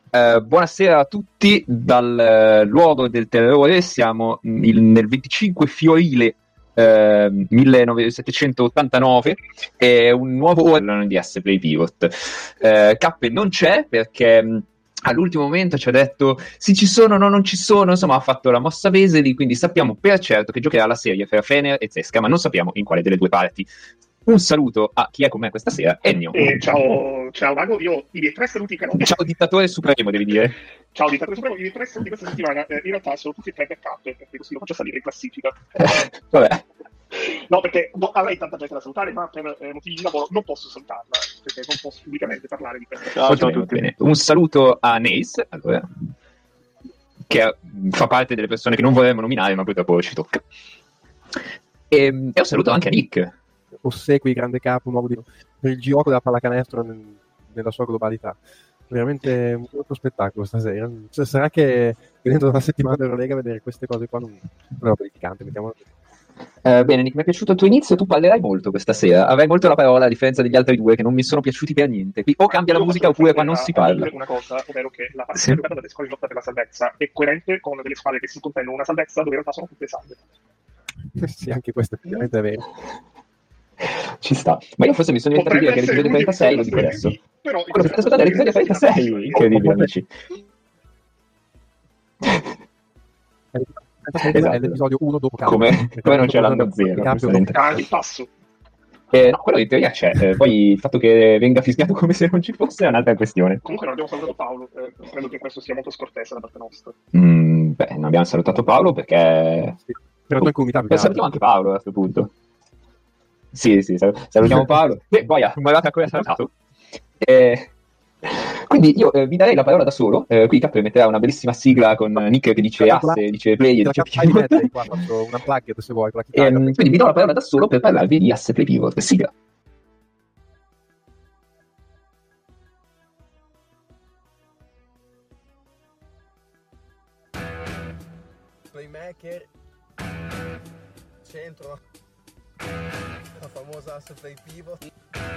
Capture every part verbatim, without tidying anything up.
Eh, buonasera a tutti dal eh, luogo del terrore, siamo il- nel venticinque fiorile eh, millesettecentoottantanove, è un nuovo anno di S Play Pivot. Eh, Cappe non c'è perché mh, all'ultimo momento ci ha detto sì ci sono, no non ci sono, insomma ha fatto la mossa Veseli, quindi sappiamo per certo che giocherà la serie fra Fener e Zesca, ma non sappiamo in quale delle due parti. Un saluto a chi è con me questa sera, Ennio. Eh, ciao, ciao Mago, io i miei tre saluti canonici. Ciao dittatore supremo, devi dire. Ciao dittatore supremo, i miei tre saluti questa settimana eh, in realtà sono tutti e tre backup, perché così lo faccio salire in classifica. Eh, vabbè. No, perché no, avrei tanta gente da salutare, ma per eh, motivi di lavoro non posso salutarla, perché non posso pubblicamente parlare di questa Ciao, ciao a tutti. Bene. Un saluto a Nace, allora, che fa parte delle persone che non vorremmo nominare, ma purtroppo ci tocca. E, e un saluto anche a Nick. Ossegui grande capo nuovo di... per il gioco della pallacanestro nel, nella sua globalità. Veramente un molto spettacolo stasera. Cioè, sarà che dentro una settimana dell'Eurolega vedere queste cose qua non non è verificante, mettiamolo così. Uh, bene, Nick, mi è piaciuto il tuo inizio, tu parlerai molto questa sera, avrai molto la parola a differenza degli altri due che non mi sono piaciuti per niente. Qui o cambia la musica oppure qua non si parla. Una cosa, ovvero che la partita Sì. giocata dalle squadre in lotta per la salvezza è coerente con delle squadre che si contendono una salvezza dove in realtà sono tutte salve. Sì, anche questo effettivamente è vero. Ci sta. Ma io forse mi sono dimenticato di dire che l'episodio trentasei lo dico adesso. Però Quello che sta ascoltando è l'episodio trentasei, incredibile, amici. Esatto. È l'episodio uno dopo Capo. Come, come non c'è l'anno zero. Ah, il passo. Eh, no, quello in teoria c'è, eh, poi il fatto che venga fischiato come se non ci fosse è un'altra questione. Comunque non abbiamo salutato Paolo, eh, credo che questo sia molto scortese da parte nostra. Mm, beh, non abbiamo salutato Paolo perché... Sì. Però noi comunità Beh, salutiamo anche Paolo a questo punto. Sì, sì, sal- salutiamo Paolo. E poi non mi avevate ancora salutato. Eh, quindi io eh, vi darei la parola da solo. Eh, qui Capri metterà una bellissima sigla con Nick che dice asse, dice play e dice pivot. Qua faccio una plug se vuoi. Con la E, chitarra, quindi vi do la parola da solo per parlarvi di asse play pivot. Sigla. Playmaker, centro, la famosa asse play pivot.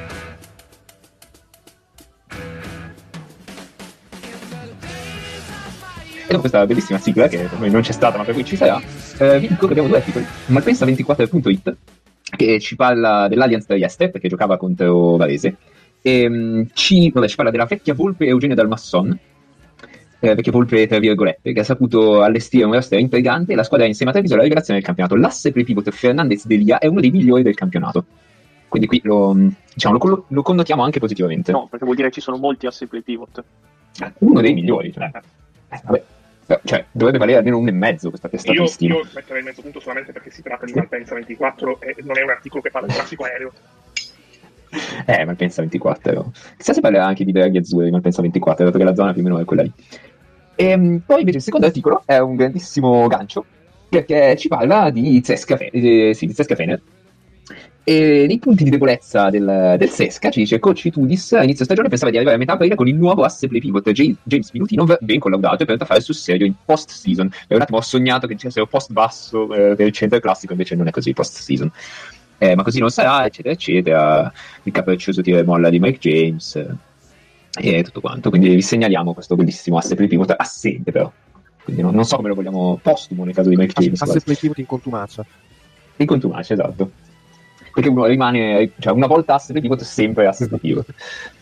E dopo questa bellissima sigla, che per noi non c'è stata ma per cui ci sarà, eh, vi dico che abbiamo due articoli. Malpensa ventiquattro punto it, che ci parla dell'Allianz Trieste, perché giocava contro Varese, e mh, ci, vabbè, ci parla della vecchia volpe Eugenio Dalmasson, eh, vecchia volpe tra virgolette, che ha saputo allestire un roster intrigante, e la squadra insieme a Treviso la rivelazione del campionato. L'asse play pivot Fernandez Delia è uno dei migliori del campionato. Quindi qui lo, diciamo, lo, lo connotiamo anche positivamente. No, perché vuol dire che ci sono molti assi play pivot. Uno dei migliori, cioè. Eh, vabbè. Cioè, dovrebbe valere almeno un e mezzo questa testa Io, di io metterei il mezzo punto solamente perché si tratta di Malpensa ventiquattro e non è un articolo che parla di traffico aereo. Eh, Malpensa ventiquattro. Chissà se parlerà anche di draghi azzurri di Malpensa ventiquattro, dato che la zona più o meno è quella lì. E poi invece il secondo articolo è un grandissimo gancio, perché ci parla di Zesca, eh, sì, di Zesca Fener. E nei punti di debolezza del, del Sesca ci dice coach Itudis a inizio stagione pensava di arrivare a metà aprile con il nuovo asse play pivot J- James Milutinov ben collaudato e pronto a fare sul serio in post season. Per un attimo ho sognato che dicessero post basso eh, per il centro classico, invece non è così, post season. Eh, ma così non sarà, eccetera eccetera. Il capriccioso tira e molla di Mike James eh, e tutto quanto. Quindi vi segnaliamo questo bellissimo asse play pivot assente, però quindi non, non so come lo vogliamo postumo nel caso di Mike James. Asse play pivot in contumacia. In contumacia, esatto. Perché uno rimane, cioè una volta asse play pivot, sempre asse play pivot.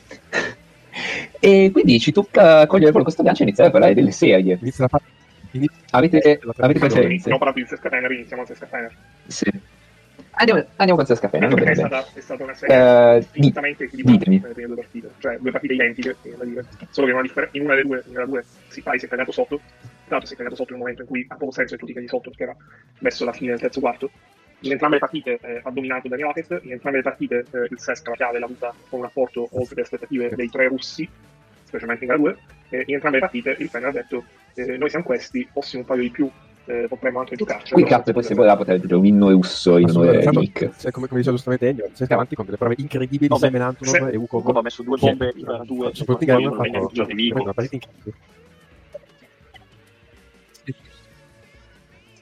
E quindi ci tocca cogliere quello questo gancio e iniziare a parlare delle serie. Inizia la fa- inizia- Avete, avete Abbiamo preferenze? parlato di Zesca Fener, iniziamo a Zesca Fener. Sì. Andiamo, andiamo con Zesca Fener. Perché è va bene. stata, è stata una serie Eh, finitamente ditemi. equilibrata nelle prime due partite, cioè due partite identiche, da dire. Solo che una differ- in una delle due, nella due si fa si è cagato sotto, tra l'altro si è cagato sotto in un momento in cui ha poco senso che tu ti caghi sotto, perché era verso la fine del terzo quarto. In entrambe le partite eh, ha dominato Daniel Rocket, in entrambe le partite eh, il Sesca la chiave l'ha avuta con un apporto oltre le aspettative dei tre russi, specialmente in gara due, e in entrambe le partite il Fener ha detto eh, noi siamo questi, fossimo un paio di più, eh, potremmo anche giocarci. Qui Cap poi se vorrà poter aggiungere un inno russo in onore di Nick. Cioè, come, come dice giustamente Ennio, si è avanti con delle prove incredibili di Vabbè, Semen Antonov se- e Uko. Uko ha messo due bombe in gara due, Soprattutto in gara poi uno ha non è fatto neanche nemico. una partita incredibile. Sì.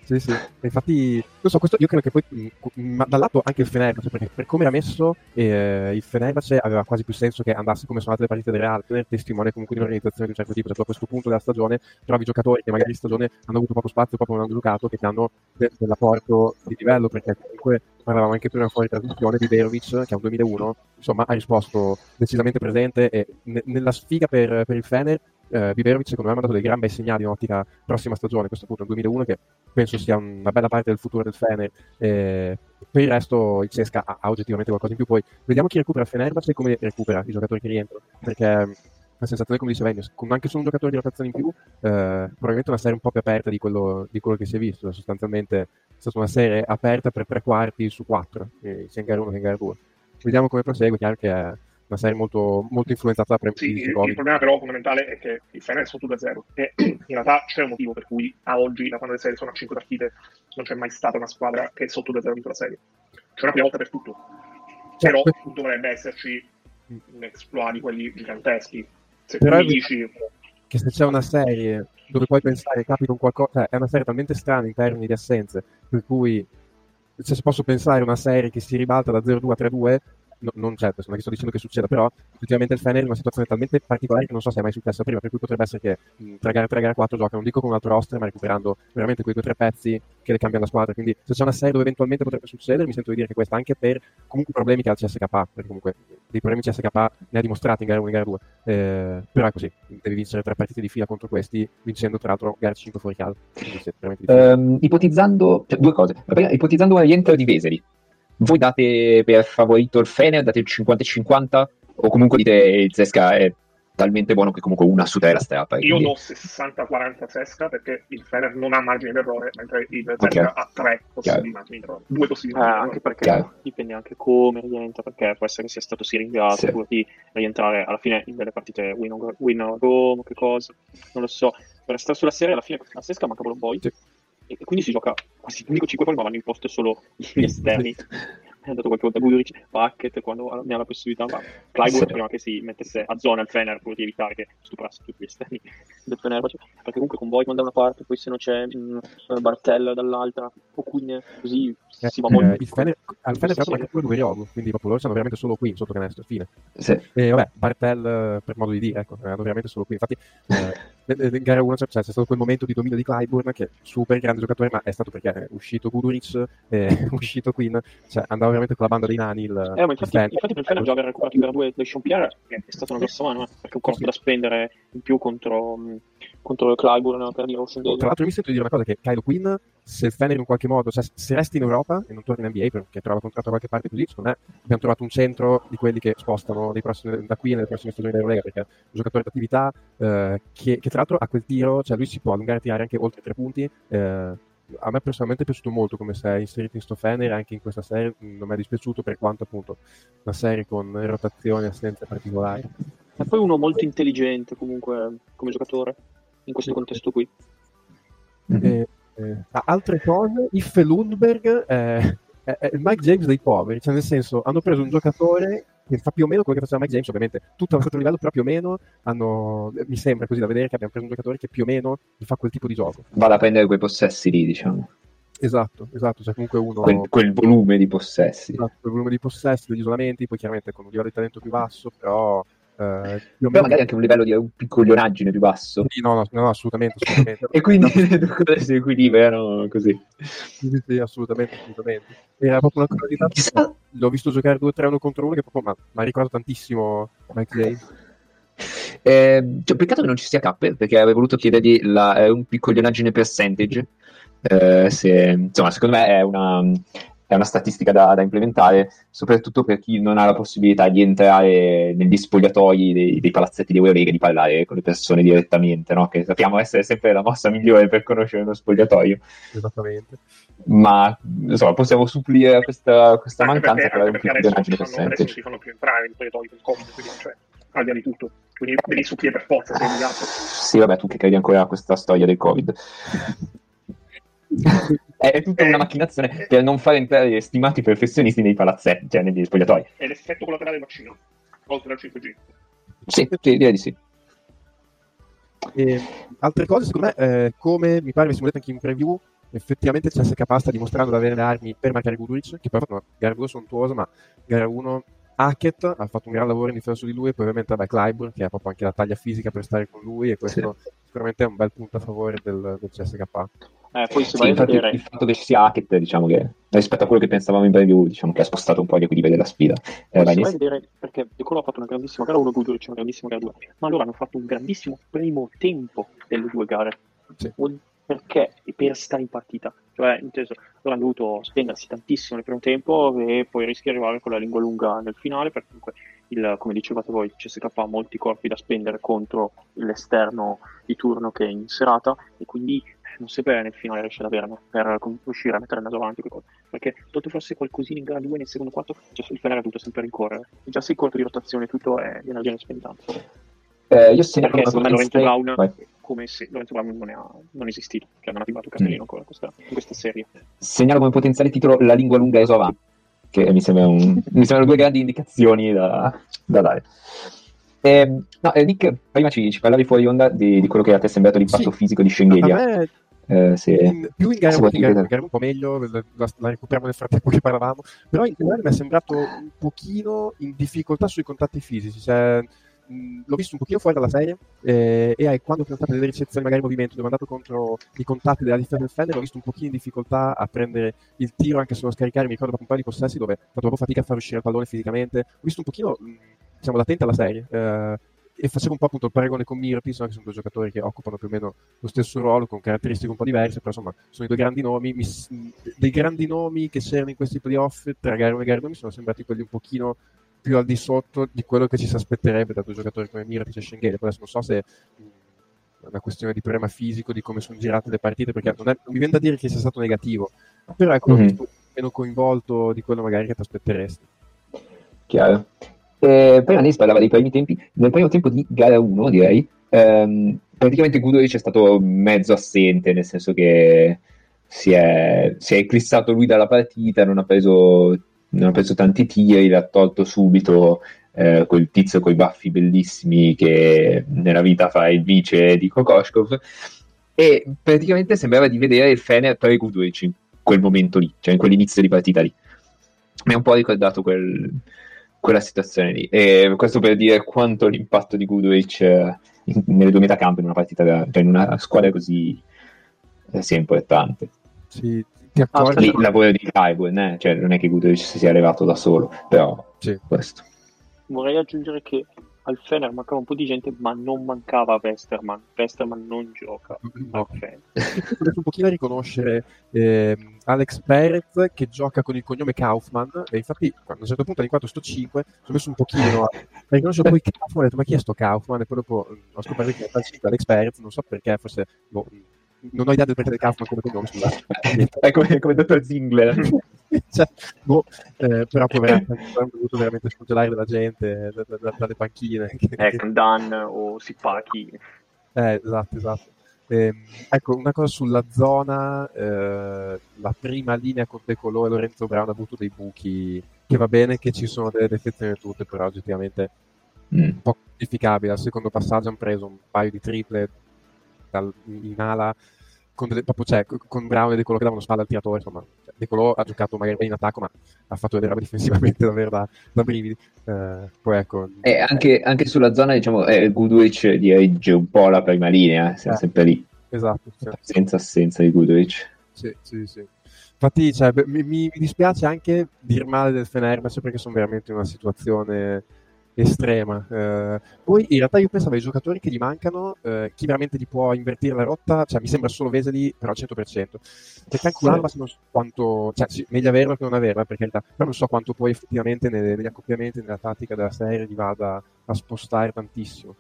Sì, sì, infatti, non so, questo io credo che poi, mh, ma dal lato anche il Fenerbahce, perché per come era messo, eh, il Fenerbahce aveva quasi più senso che andasse come sono andate le partite del Real, per testimone comunque di un'organizzazione di un certo tipo, cioè tu a questo punto della stagione trovi giocatori che magari in stagione hanno avuto poco spazio, proprio non hanno giocato, che ti hanno de- dell'apporto di livello, perché comunque parlavamo anche prima fuori trasmissione di Verovic, che è un duemilauno, insomma ha risposto decisamente presente e ne- nella sfiga per, per il Fener, eh, Biberovic secondo me ha mandato dei gran bei segnali in ottica prossima stagione, questo appunto è un duemilauno che penso sia una bella parte del futuro del Fener. Eh, per il resto il Cesca ha, ha oggettivamente qualcosa in più, poi vediamo chi recupera il Fenerbahce e come recupera i giocatori che rientrano, perché la sensazione, come diceva Enius, con anche solo un giocatore di rotazione in più, eh, probabilmente una serie un po' più aperta di quello, di quello che si è visto, sostanzialmente è stata una serie aperta per tre quarti su quattro, eh, sia in gara uno che in gara due. Vediamo come prosegue, chiaro che è una serie molto, molto influenzata da premi Sì, di il, il Covid. problema però fondamentale è che il Fener è sotto da zero e in realtà c'è un motivo per cui a oggi, da quando le serie sono a cinque partite, non c'è mai stata una squadra che è sotto da zero in la serie. C'è una prima volta per tutto, Cioè, però que- dovrebbe esserci un exploit di quelli giganteschi. Se tu Però mi è dici... che se c'è una serie dove puoi pensare capita un qualcosa, cioè, è una serie talmente strana in termini di assenze, per cui se posso pensare una serie che si ribalta da zero due a tre due, no, non certo, non è che sto dicendo che succeda, però effettivamente il Fener è in una situazione talmente particolare che non so se è mai successa prima, per cui potrebbe essere che mh, tre gara tre, gara quattro gioca, non dico con un altro roster, ma recuperando veramente quei due o tre pezzi che le cambiano la squadra, quindi se c'è una serie dove eventualmente potrebbe succedere, mi sento di dire che questa, anche per comunque problemi che ha il C S K A, perché comunque dei problemi C S K A ne ha dimostrati in gara uno e in gara due, eh, però è così, devi vincere tre partite di fila contro questi, vincendo tra l'altro gara cinque fuori casa, quindi sì, veramente difficile. Ehm, ipotizzando, cioè, due cose. La prima, ipotizzando un rientro di Veseli, voi date per favorito il Fener, date il cinquanta e cinquanta, o comunque dite il Zesca è talmente buono che comunque una su tre la strappa? e Io quindi- do sessanta quaranta Zesca perché il Fener non ha margine d'errore, mentre il Zesca Ok. ha tre possibili Chiaro. margini d'errore, due possibili Eh, margini d'errore. anche perché Chiaro. dipende anche come rientra, perché può essere che sia stato siringato, Sì. oppure di rientrare alla fine in delle partite win or, win or go, che cosa, non lo so. Per restare sulla serie, alla fine a Sesca mancava un boy, Sì. e e quindi si gioca quasi l'unico cinque poi, ma vanno imposte solo gli esterni. È andato qualche volta Buduric, Packet quando ne ha la possibilità, ma Clyburn Sì. prima che si mettesse a zona il Fener, quello di evitare che stuprasse tutti gli esterni del Fener, perché comunque con Voigtman da una parte, poi se non c'è mh, Bartella dall'altra, o Queen, così Eh, si va molto. eh, il Fener, al Fener è anche quello dove Riogo, quindi proprio loro sono veramente solo qui sotto canestro, fine. Sì. E vabbè, Bartel eh, per modo di dire, ecco, erano veramente solo qui. Infatti, eh, in gara uno cioè, c'è stato quel momento di dominio di Clyburn che super grande giocatore, ma è stato perché è uscito Guduric, è uscito Queen, cioè andava veramente con la banda dei nani. Il, Eh, ma infatti, il Fener. infatti per Fener già aver recuperato in gara due da Champierre è stata una grossa mano, eh, perché è un costo da spendere in più contro, mh, contro Clyburn per dire Ocean Tra l'altro mi sento di dire una cosa, che Kylo Quinn, se il Fener in qualche modo, cioè se resti in Europa e non torni in N B A perché trova contratto da qualche parte così, secondo me abbiamo trovato un centro di quelli che spostano nei prossimi, da qui nelle prossime stagioni dell'Eurolega, perché è un giocatore d'attività eh, che, che tra l'altro a quel tiro, cioè lui si può allungare a tirare anche oltre tre punti. eh, a me personalmente è piaciuto molto come si è inserito in sto Fener, anche in questa serie non mi è dispiaciuto, per quanto appunto una serie con rotazioni e assenze particolari. E poi uno molto intelligente comunque come giocatore in questo contesto qui. Mhm. Eh, eh, altre cose, Iffe Lundberg è, è, è il Mike James dei poveri, cioè nel senso hanno preso un giocatore che fa più o meno quello che faceva Mike James, ovviamente tutto a un certo livello, però più o meno hanno, mi sembra così da vedere che abbiamo preso un giocatore che più o meno fa quel tipo di gioco. Vado a prendere quei possessi lì, diciamo. Esatto, esatto, cioè comunque uno Quel, quel volume di possessi. esatto, il volume di possessi, degli isolamenti, poi chiaramente con un livello di talento più basso, però eh, più o Però meno magari anche un livello di un piccolionaggine più basso. sì, no, no, no, assolutamente, assolutamente. E quindi le due cose si equilibrano così. Sì, sì, assolutamente, assolutamente. Era proprio una cosa di tanto. Chissà- L'ho visto giocare due tre uno contro uno che proprio mi ha ricordato tantissimo Mike James. Eh, cioè, peccato che non ci sia Capper, perché avrei voluto chiedergli la, eh, un piccolionaggine percentage. Eh, se, insomma, secondo me è una, è una statistica da, da implementare, soprattutto per chi non ha la possibilità di entrare negli spogliatoi dei, dei palazzetti di Eurolega e di parlare con le persone direttamente, no? Che sappiamo essere sempre la mossa migliore per conoscere uno spogliatoio. Esattamente. Ma insomma, possiamo supplire questa, questa Anche mancanza perché, per anche un perché adesso, piccolionaggine ti fanno, adesso non percentage. ti fanno più entrare in spogliatoi con Covid, quindi cioè, al di là di tutto. Quindi devi supplire per forza, sei obbligato. Sì, vabbè, tu che credi ancora a questa storia del Covid. È tutta una macchinazione per non far entrare gli stimati professionisti nei palazzetti, cioè negli spogliatoi. È l'effetto collaterale del vaccino, oltre al cinque G. Sì, sì, direi di sì. E altre cose, secondo me, eh, come mi pare avessimo detto anche in preview, effettivamente C S K A sta dimostrando di avere le armi per marcare Guduric, che poi ha fatto una gara due sontuosa, ma gara uno Hackett ha fatto un gran lavoro in difesa su di lui, e poi ovviamente vabbè, Clyburn, che ha proprio anche la taglia fisica per stare con lui, e questo sì. Sicuramente è un bel punto a favore del, del C S K A. Eh, poi se sì, vai a infatti vedere... il fatto che ci sia Hackett, diciamo che rispetto a quello che pensavamo in preview, diciamo che ha spostato un po' gli equilibri della sfida. Eh, se vai a vedere, perché De Colo ha fatto una grandissima gara uno, Guduric una grandissima gara due, ma loro hanno fatto un grandissimo primo tempo delle due gare. Sì. Perché per stare in partita, cioè inteso, loro hanno dovuto spendersi tantissimo nel primo tempo e poi rischia di arrivare con la lingua lunga nel finale, perché comunque il, come dicevate voi, il C S K A ha molti corpi da spendere contro l'esterno di turno che è in serata, e quindi non sempre nel finale riesce ad averne per riuscire a mettere il naso avanti, perché tolto forse qualcosina in gara due nel secondo quarto, cioè il Fener ha dovuto sempre rincorrere, e già sei corto di rotazione tutto è di energia spendente. Eh, io segnalo perché secondo me Lorenzo Brown Vai. come se Lorenzo Brown non, è, non è esistito, che non ha tibato cartellino ancora mm. in questa serie. Segnalo come potenziale titolo La lingua lunga Eso avanti, che mi sembra un, mi sembrano due grandi indicazioni da, da dare. Eh, no, eh, Nick, prima ci, ci parlavi fuori onda di, di quello che a te è sembrato l'impatto sì. fisico di Schengelia. A me... Eh, se, in, più in gara, in gara, in gara un po' meglio, la, la, la recuperiamo nel frattempo che parlavamo, però in generale mi è sembrato un pochino in difficoltà sui contatti fisici, cioè mh, l'ho visto un pochino fuori dalla serie eh, e quando sono state delle ricezioni magari in movimento dove è andato contro i contatti della difesa del Fener, ho visto un pochino in difficoltà a prendere il tiro anche solo a scaricare, mi ricordo proprio un paio di possessi dove ho fatto proprio fatica a far uscire il pallone fisicamente, ho visto un pochino mh, diciamo latente alla serie eh, e facevo un po' appunto il paragone con Mirotic, no? Che sono due giocatori che occupano più o meno lo stesso ruolo con caratteristiche un po' diverse, però insomma sono i due grandi nomi, mi, dei grandi nomi che c'erano in questi playoff tra gara uno e gara due mi sono sembrati quelli un pochino più al di sotto di quello che ci si aspetterebbe da due giocatori come Mirotic e Schengelia. Poi adesso non so se è una questione di problema fisico, di come sono girate le partite, perché non, è, non mi viene da dire che sia stato negativo, però ecco, mm-hmm. l'ho visto meno coinvolto di quello magari che ti aspetteresti. Chiaro. Eh, prima Nis parlava dei primi tempi, nel primo tempo di gara uno direi ehm, praticamente Guduric è stato mezzo assente, nel senso che si è, si è eclissato lui dalla partita, non ha preso, non ha preso tanti tiri, l'ha tolto subito eh, quel tizio coi baffi bellissimi che nella vita fa il vice di Kokoschkov, e praticamente sembrava di vedere il Fener per Guduric in quel momento lì, cioè in quell'inizio di partita lì. Mi ha un po' ricordato quel quella situazione lì, e questo per dire quanto l'impatto di Guduric eh, in, nelle due metacampo in una partita da, cioè in una squadra così eh, sia importante. Sì, ti accorgi? Lì il lavoro di Clyburn, eh? Cioè non è che Guduric si sia levato da solo, però sì. Questo. Vorrei aggiungere che al Fener mancava un po' di gente, ma non mancava Westerman. Westerman non gioca no. al Fener. Posso un pochino riconoscere eh, Alex Perez che gioca con il cognome Kaufman, e infatti a un certo punto all'inquadro sto cinque ho messo un pochino a riconoscere poi Kaufman, ho detto ma chi è sto Kaufman, e poi dopo ho scoperto che è cinque Alex Perez, non so perché, forse boh, non ho idea del perché del Kaufman come cognome, scusa. È come, come dottor Zingler. Cioè, boh, eh, però poveramente hanno dovuto veramente scongelare della gente da, da, dalle panchine. Ecco, Dan o Sipaki. Eh, esatto, esatto. Eh, ecco, una cosa sulla zona, eh, la prima linea con De Colo e Lorenzo Brown ha avuto dei buchi, che va bene che ci sono delle defezioni tutte, però oggettivamente mm. un po' quantificabile. Al secondo passaggio hanno preso un paio di triple dal, in ala, con, delle, proprio, cioè, con Brown e De Colo che davano spalla al tiratore, insomma. De Colo ha giocato magari bene in attacco, ma ha fatto vedere roba difensivamente davvero da, da brividi. Eh, poi ecco, eh, anche, anche sulla zona, diciamo, eh, Guduric dirige un po' la prima linea, siamo eh, sempre lì. Esatto. Sì. Senza assenza di Guduric. Sì, sì, sì. Infatti, cioè, mi, mi dispiace anche dir male del Fenerbahce perché sono veramente in una situazione estrema. Eh, poi in realtà io pensavo ai giocatori che gli mancano, eh, chi veramente gli può invertire la rotta, cioè mi sembra solo Vesely, però al cento per cento. Perché anche Ulanova non so quanto, cioè sì, meglio averlo che non averlo, per carità, però non so quanto poi effettivamente nelle, negli accoppiamenti, nella tattica della serie gli vada a spostare tantissimo.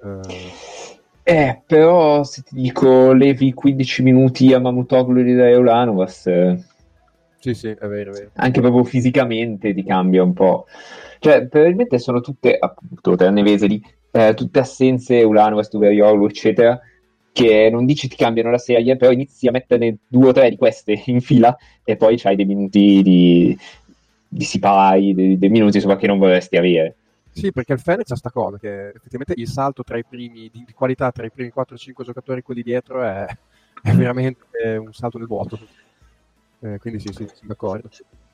Eh, eh però se ti dico levi quindici minuti a Mamutoglu di Ulanovas, eh, sì sì, è vero, è vero. Anche proprio fisicamente ti cambia un po'. Cioè, probabilmente sono tutte, appunto, tranne Vesely, eh, tutte assenze, Ulanova, Stuverioglu, eccetera, che non dici ti cambiano la serie, però inizi a metterne due o tre di queste in fila e poi c'hai dei minuti di, di Sipai, dei, dei minuti insomma che non vorresti avere. Sì, perché il Fener c'ha sta cosa, che effettivamente il salto tra i primi, di, di qualità tra i primi quattro cinque giocatori, quelli dietro, è, è veramente un salto nel vuoto. Eh, quindi sì, sì, sono d'accordo.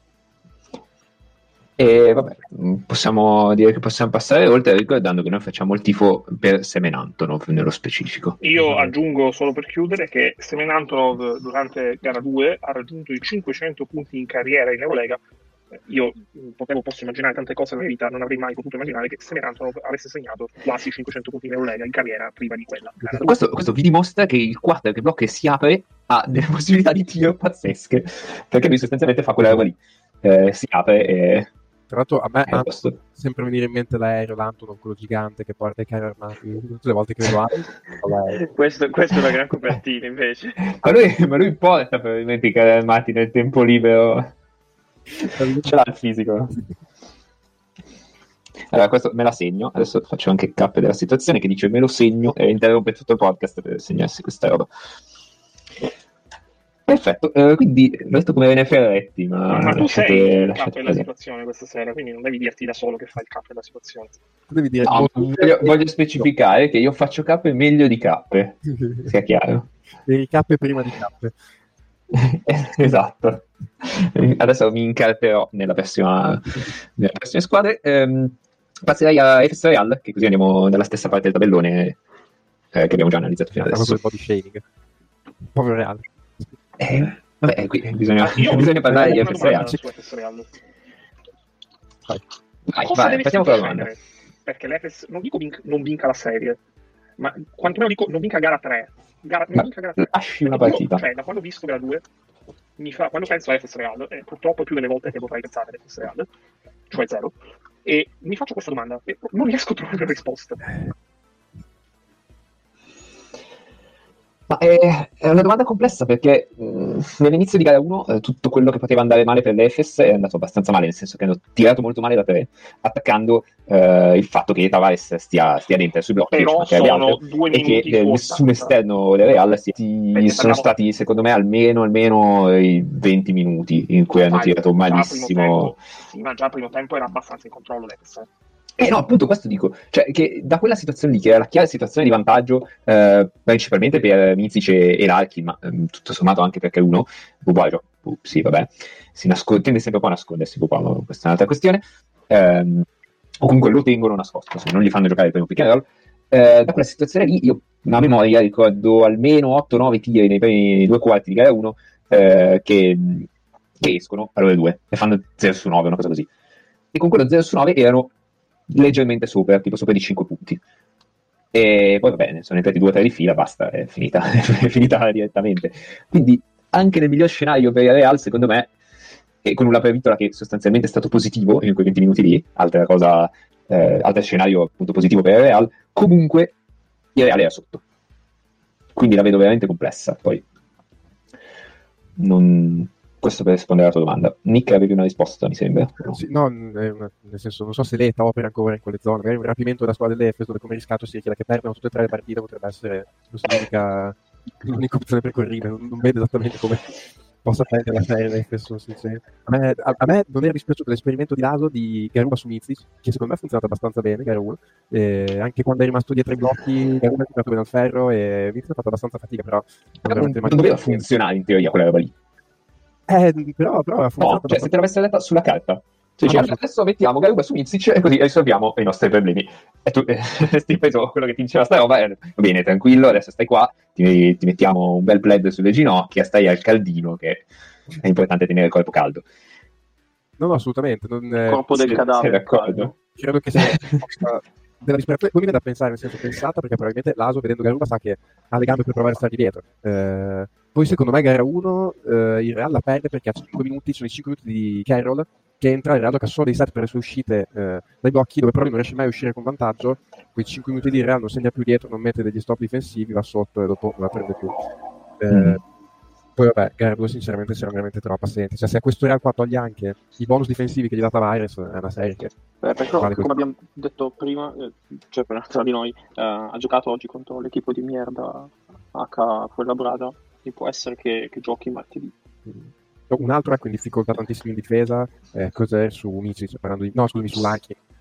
E vabbè, possiamo dire che possiamo passare oltre, ricordando che noi facciamo il tifo per Semenantonov nello specifico. Io aggiungo solo per chiudere che Semenantonov durante gara due ha raggiunto i cinquecento punti in carriera in Eurolega. Io potevo, posso immaginare tante cose nella mia vita, non avrei mai potuto immaginare che Semenantonov avesse segnato quasi cinquecento punti in Eurolega in carriera prima di quella. Questo, questo vi dimostra che il quarter che blocca e si apre ha delle possibilità di tiro pazzesche, perché lui sostanzialmente fa quella roba lì, eh, si apre e... Tra l'altro a me eh, ha questo... sempre venire in mente l'aereo, l'Antonov, quello gigante che porta i carri armati, tutte le volte che vedo altro. questo, questo è una gran copertina invece. ma, lui, ma lui porta probabilmente i carri armati nel tempo libero, ce l'ha il fisico. Allora, questo me la segno, adesso faccio anche il cap della situazione che dice me lo segno e interrompe tutto il podcast per segnarsi questa roba. Perfetto, uh, quindi resto come Vene Ferretti, ma, ma tu lasciate, sei il lasciate capo della situazione questa sera, quindi non devi dirti da solo che fai il capo della situazione. Tu devi dire, no, voglio, voglio specificare che io faccio cappe meglio di cappe, sia chiaro. Devi cappe prima di cappe. Esatto. Adesso mi incarterò nella prossima, nella prossima squadra. Ehm, passerei a F S Real, che così andiamo dalla stessa parte del tabellone eh, che abbiamo già analizzato fino adesso. Un po' di shading. Povero Real. Eh, vabbè, qui bisogna, ah, bisogna parlare di F S Real. Su F S Real. Vai, vai, Cosa vai partiamo con la domanda. Perché l'Efes, non dico vinc- non vinca la serie, ma quantomeno dico non vinca gara tre. Gara, non vinca gara tre. Lasci una partita. Io, cioè, da quando ho visto gara due, mi fa, quando penso a F S Real, eh, purtroppo più delle volte che vorrei pensare a F S Real, cioè zero, e mi faccio questa domanda e non riesco a trovare una risposta. Ma è, è una domanda complessa perché mh, nell'inizio di gara uno eh, tutto quello che poteva andare male per l'Efes è andato abbastanza male, nel senso che hanno tirato molto male da tre, attaccando eh, il fatto che Tavares stia, stia dentro sui blocchi, però sono due e che eh, nessun esterno del Real si, sono parliamo... stati secondo me almeno, almeno i venti minuti in cui hanno tirato malissimo. Sì, ma già al primo tempo era abbastanza in controllo l'Efes. Eh no, appunto questo dico, cioè che da quella situazione lì, che era la chiara situazione di vantaggio, eh, principalmente per Micic e, e Larkin, ma ehm, tutto sommato anche perché uno, Boboaggio, uh, sì vabbè, si nasconde, tende sempre un po' a nascondersi Boboaggio, questa è un'altra questione, ehm, o comunque lo tengono nascosto, se non gli fanno giocare il primo pick and roll. Eh, da quella situazione lì io a memoria ricordo almeno otto nove tiri nei primi due quarti di gara uno eh, che, che escono a loro due e fanno zero su nove, una cosa così, e con quello zero su nove erano leggermente sopra, tipo sopra di cinque punti, e poi va bene, sono entrati due o tre di fila, basta, è finita, è finita direttamente. Quindi anche nel miglior scenario per il Real, secondo me, e con una previtola che sostanzialmente è stato positivo in quei venti minuti lì, altra cosa, eh, altro scenario appunto positivo per il Real, comunque il Real era sotto, quindi la vedo veramente complessa. Poi non... Questo per rispondere alla tua domanda. Nick, avevi una risposta, mi sembra? No, sì, no nel senso, non so se l'Eta opera ancora in quelle zone, magari un rapimento della squadra dell'Efes dove come riscatto si richiede che perdano tutte e tre le partite, potrebbe essere l'unica, l'unica opzione percorribile, non, non vedo esattamente come possa prendere la serie l'Efes, sono sincero. A me, a, a me non era dispiaciuto l'esperimento di Laso di Garuba su Micic, che secondo me ha funzionato abbastanza bene, Gara uno, e anche quando è rimasto dietro i blocchi Garuba è tirato bene al ferro e Micic ha fatto abbastanza fatica, però non, non doveva funzionare in teoria quella roba lì. Eh, però, però no, cioè se te l'avessi detta sulla carta, cioè, ah, dice, adesso mettiamo Garuba su Micic e così risolviamo i nostri problemi, e tu eh, ti preso quello che ti diceva sta roba, eh, va bene, tranquillo, adesso stai qua, ti, ti mettiamo un bel plaid sulle ginocchia, stai al caldino, che è importante tenere il corpo caldo. No, no, assolutamente non, il corpo eh, del cadavere, sei d'accordo? Credo che sia della disperazione, poi mi viene da pensare, nel senso, pensata, perché probabilmente Laso vedendo Garuba sa che ha le gambe per provare a stargli dietro. Eh, poi secondo me gara uno eh, il Real la perde perché a cinque minuti sono i cinque minuti di Carroll che entra, il Real ha solo dei set per le sue uscite eh, dai blocchi, dove però non riesce mai a uscire con vantaggio. Quei cinque minuti di Real non segna più dietro, non mette degli stop difensivi, va sotto e dopo non la prende più. Eh, mm. Poi vabbè, gara due sinceramente c'erano veramente troppo assenti, cioè se a questo Real qua toglie anche i bonus difensivi che gli dà Tavares, è una serie che eh, perché vale, come abbiamo detto prima, eh, cioè per tra di noi eh, ha giocato oggi contro l'equipo di merda H Fuenlabrada, e può essere che, che giochi martedì. Mm. Un altro ecco in difficoltà tantissimo in difesa, eh, cos'è su Micic, parlando di no scusami su Larkin,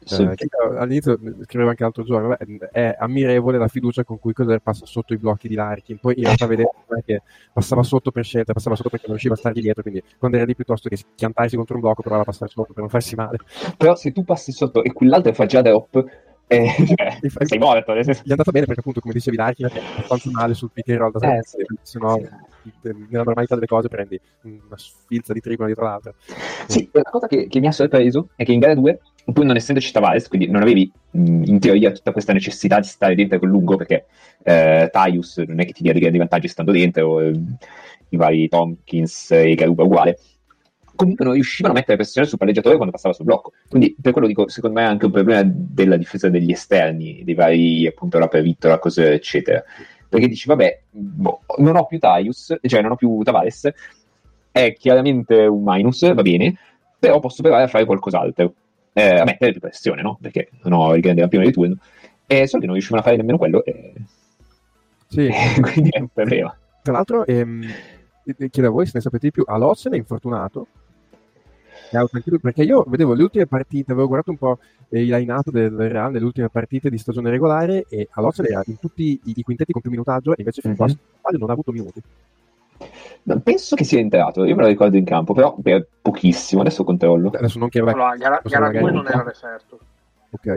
Sì. Eh, che all'inizio scrivevo anche l'altro giorno, beh, è ammirevole la fiducia con cui Cos'è passa sotto i blocchi di Larkin, poi in realtà vedete che passava sotto per scelta, passava sotto perché non riusciva a stargli dietro, quindi quando era lì piuttosto che schiantarsi contro un blocco provava a passare sotto per non farsi male. Però se tu passi sotto e quell'altro fa già drop, eh, cioè, Inf- sei morto. Nel senso... Gli è andata bene perché appunto, come dicevi, Larkin è abbastanza male sul pick and roll, da Eh, sì. se no nella normalità delle cose prendi una sfilza di trigono dietro l'altra. Sì, la cosa che, che mi ha sorpreso è che in gara due, pur non essendoci Tavares, quindi non avevi mh, in teoria tutta questa necessità di stare dentro col lungo, perché eh, Tyus non è che ti dia dei grandi vantaggi stando dentro, eh, i vari Tompkins e Garuba uguale, comunque non riuscivano a mettere pressione sul palleggiatore quando passava sul blocco. Quindi per quello dico, secondo me è anche un problema della difesa degli esterni, dei vari appunto la Vittola, cose eccetera. Perché dici, vabbè, boh, non ho più Tyus, cioè non ho più Tavares, è chiaramente un minus, va bene, però posso provare a fare qualcos'altro, eh, a mettere più pressione, no? Perché non ho il grande campione di turno, e solo che non riuscivano a fare nemmeno quello, e... Sì. e quindi è un problema. Tra l'altro, ehm, chiedo a voi se ne sapete di più, Alocen è infortunato? Perché io vedevo le ultime partite, avevo guardato un po' i line-up del Real nelle ultime partite di stagione regolare e Alocen era in tutti i, i quintetti con più minutaggio e invece fin qua mm-hmm. non ha avuto minuti. Penso che sia entrato, io me lo ricordo in campo, però per pochissimo, adesso controllo. Adesso non chiedo, allora, gara, gara due non era referto. Ok.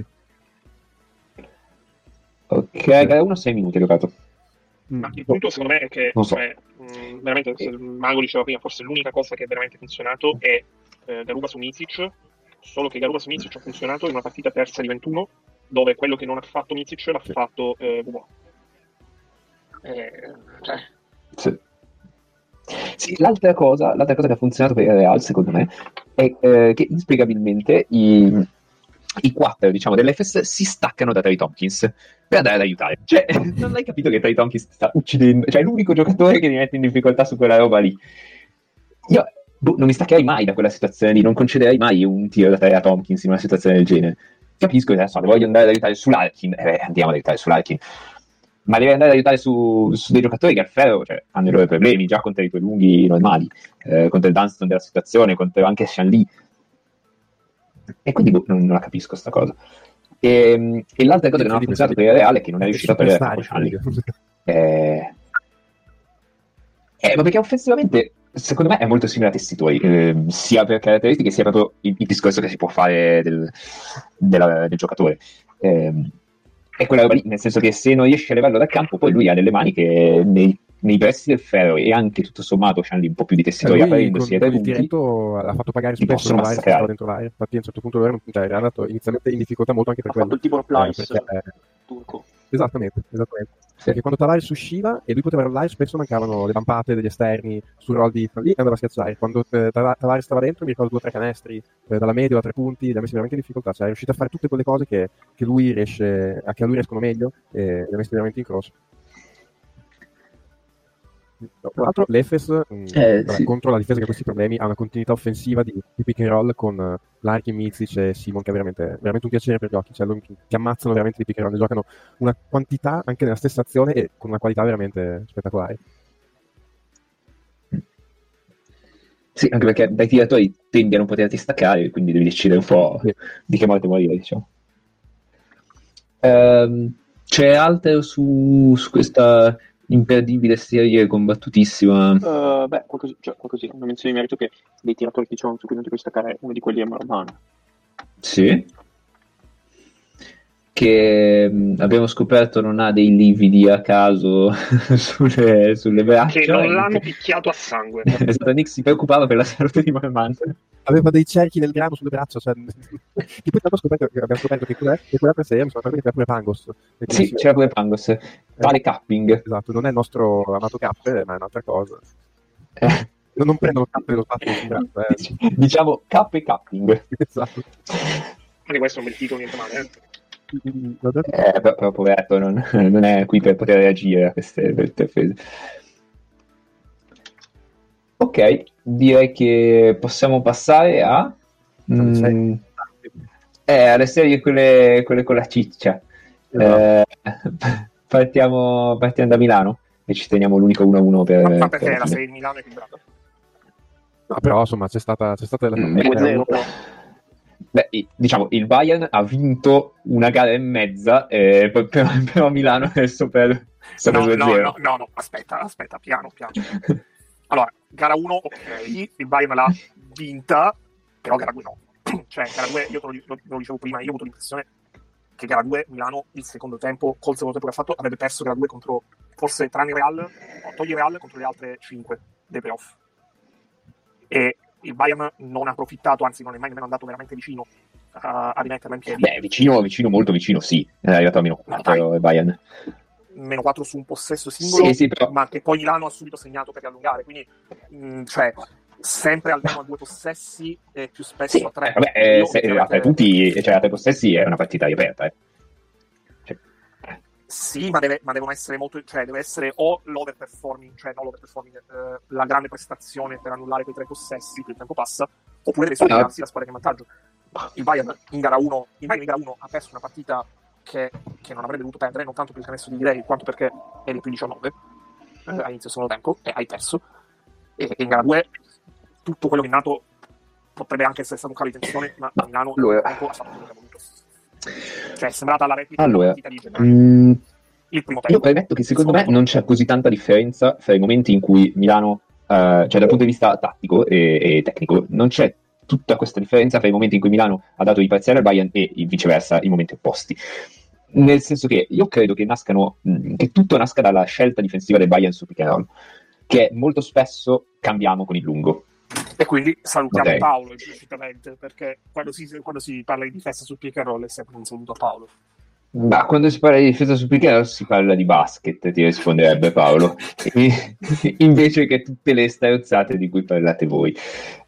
Ok, gara uno sei minuti giocato. Ma il punto secondo me è che so. cioè, mh, veramente, se Mago diceva prima, forse l'unica cosa che è veramente funzionato è eh, Garuba su Micic, solo che Garuba su Micic ha funzionato in una partita persa di ventuno, dove quello che non ha fatto Micic l'ha fatto eh, Bubo. Eh, cioè. Sì. Sì, l'altra cosa, l'altra cosa che ha funzionato per il Real, secondo me, è eh, che inspiegabilmente i, i quattro, diciamo, dell'F S si staccano da Trey Tompkins per andare ad aiutare. Cioè, non hai capito che Trey Tompkins sta uccidendo, cioè è l'unico giocatore che mi mette in difficoltà su quella roba lì. Io boh, non mi staccherei mai da quella situazione lì, non concederei mai un tiro da Trey a Tompkins in una situazione del genere. Capisco che adesso voglio andare ad aiutare sull'Arkin, eh beh, andiamo ad aiutare sull'Arkin. Ma devi andare ad aiutare su, su dei giocatori che al ferro cioè, hanno i loro problemi, già contro i tuoi lunghi normali, eh, contro il Dunston della situazione, contro anche Shanli. E quindi boh, non, non la capisco sta cosa. E, e l'altra cosa che non ha funzionato per il Reale è che non è riuscito a togliere a Shanli. Eh, eh, ma perché offensivamente, secondo me, è molto simile a Tessitori, eh, sia per caratteristiche sia proprio il, il discorso che si può fare del, della, del giocatore. Eh, è quella roba lì, nel senso che se non riesce a levarlo dal campo, poi lui ha delle mani che nei, nei pressi del ferro e anche tutto sommato Shanli un po' più di Tessitori eh, aprendosi con, con il diretto l'ha fatto pagare spesso non stava dentro l'aria, infatti a un certo punto lui cioè, era andato inizialmente in difficoltà molto anche per ha quello. fatto il tipo Place eh, perché, eh, turco. Esattamente, esattamente. Sì. Perché quando Tavares usciva e lui poteva rollare spesso mancavano le vampate degli esterni sul roll di lì e andava a schiacciare. Quando eh, Tavares stava dentro mi ricordo due o tre canestri eh, dalla media o da tre punti, li ha messi veramente in difficoltà, cioè è riuscito a fare tutte quelle cose che, che lui riesce, a che a lui riescono meglio e li ha messi veramente in cross. Tra l'altro l'Efes eh, sì. contro la difesa che ha questi problemi ha una continuità offensiva di, di pick and roll con uh, Larkin, Mizic e Simon che è veramente, veramente un piacere per gli occhi, cioè, ti ammazzano veramente di pick and roll, giocano una quantità anche nella stessa azione e con una qualità veramente spettacolare. Sì, anche perché dai tiratori tendi a non poterti staccare, quindi devi decidere un po' sì. di che modo morire, diciamo. Um, c'è altro su, su questa imperdibile serie combattutissima? Uh, beh, qualcosa, cioè, qualcosina, una menzione di merito che dei tiratori che diciamo su cui non ti puoi staccare è uno di quelli è Marman. Sì. Che mh, abbiamo scoperto non ha dei lividi a caso sulle, sulle braccia. Che non l'hanno picchiato a sangue. Esatto, Nick si preoccupava per la salute di Marman. Aveva dei cerchi nel grano sulle braccia, cioè... che poi abbiamo scoperto, abbiamo scoperto che quella, che quella per sé, mi sono accorto che c'era pure Pangos. Sì, c'era pure Pangos. Tale capping. Esatto, non è il nostro amato Cappe, ma è un'altra cosa. Eh. Non prendono cappe dello spazio sul braccio, eh. Diciamo cappe e capping. Esatto. Anche questo è un bel titolo, niente male, eh. Eh, però poveretto non, non è qui per poter reagire a queste offese. Ok, direi che possiamo passare a mm, eh, alle serie quelle, quelle con la ciccia. Eh, partiamo, partiamo da Milano e ci teniamo l'unico uno a uno per, ma, ma per perché la serie di Milano è più brava? No, però insomma c'è stata, c'è stata la mm, due zero però. Beh, diciamo, il Bayern ha vinto una gara e mezza, eh, poi però, però Milano è super, super no, due no, zero. no, no, no, aspetta, aspetta, piano, piano. Allora, gara uno, ok, il Bayern l'ha vinta, però gara due no. Cioè, gara due, io te lo, lo, lo dicevo prima, io ho avuto l'impressione che gara due Milano, il secondo tempo, col secondo tempo che ha fatto, avrebbe perso gara due contro, forse tranne Real, no, toglie Real contro le altre cinque dei playoff. E il Bayern non ha approfittato, anzi non è mai nemmeno andato veramente vicino a, a rimetterla in piedi. Beh, vicino, vicino, molto vicino, sì. È arrivato a meno quattro il Bayern. Meno quattro su un possesso singolo, sì, sì, però... ma che poi Milano ha subito segnato per allungare, quindi mh, cioè sempre almeno a due possessi e più spesso sì, a tre. Eh, vabbè, eh, se, a tre punti, cioè a tre possessi è una partita riaperta, eh. Cioè. Sì, ma, deve, ma devono essere molto, cioè deve essere o l'overperforming, cioè non l'overperforming, eh, la grande prestazione per annullare quei tre possessi che il tempo passa, oppure deve superarsi la squadra che è in vantaggio. Il Bayern in gara uno, il Bayern in gara uno ha perso una partita che, che non avrebbe dovuto perdere, non tanto per il canestro di Direi quanto perché eri più diciannove eh, all'inizio secondo tempo e hai perso. E, e in gara due tutto quello che è nato potrebbe anche essere stato un calo di tensione, ma Milano allora... ha fatto quello che ha voluto. Cioè è sembrata la replica allora, della partita di mh, il primo tempo. Io premetto che secondo me non c'è così tanta differenza fra i momenti in cui Milano, eh, cioè dal punto di vista tattico e, e tecnico, non c'è tutta questa differenza fra i momenti in cui Milano ha dato i parziali al Bayern e viceversa i momenti opposti. Nel senso che io credo che nascano, che tutto nasca dalla scelta difensiva del Bayern su pick and roll, che molto spesso cambiamo con il lungo. E quindi salutiamo okay. Paolo implicitamente, perché quando si, quando si parla di difesa su pick and roll è sempre un saluto a Paolo. Ma quando si parla di difesa su pick and roll si parla di basket, ti risponderebbe Paolo, invece che tutte le stronzate di cui parlate voi.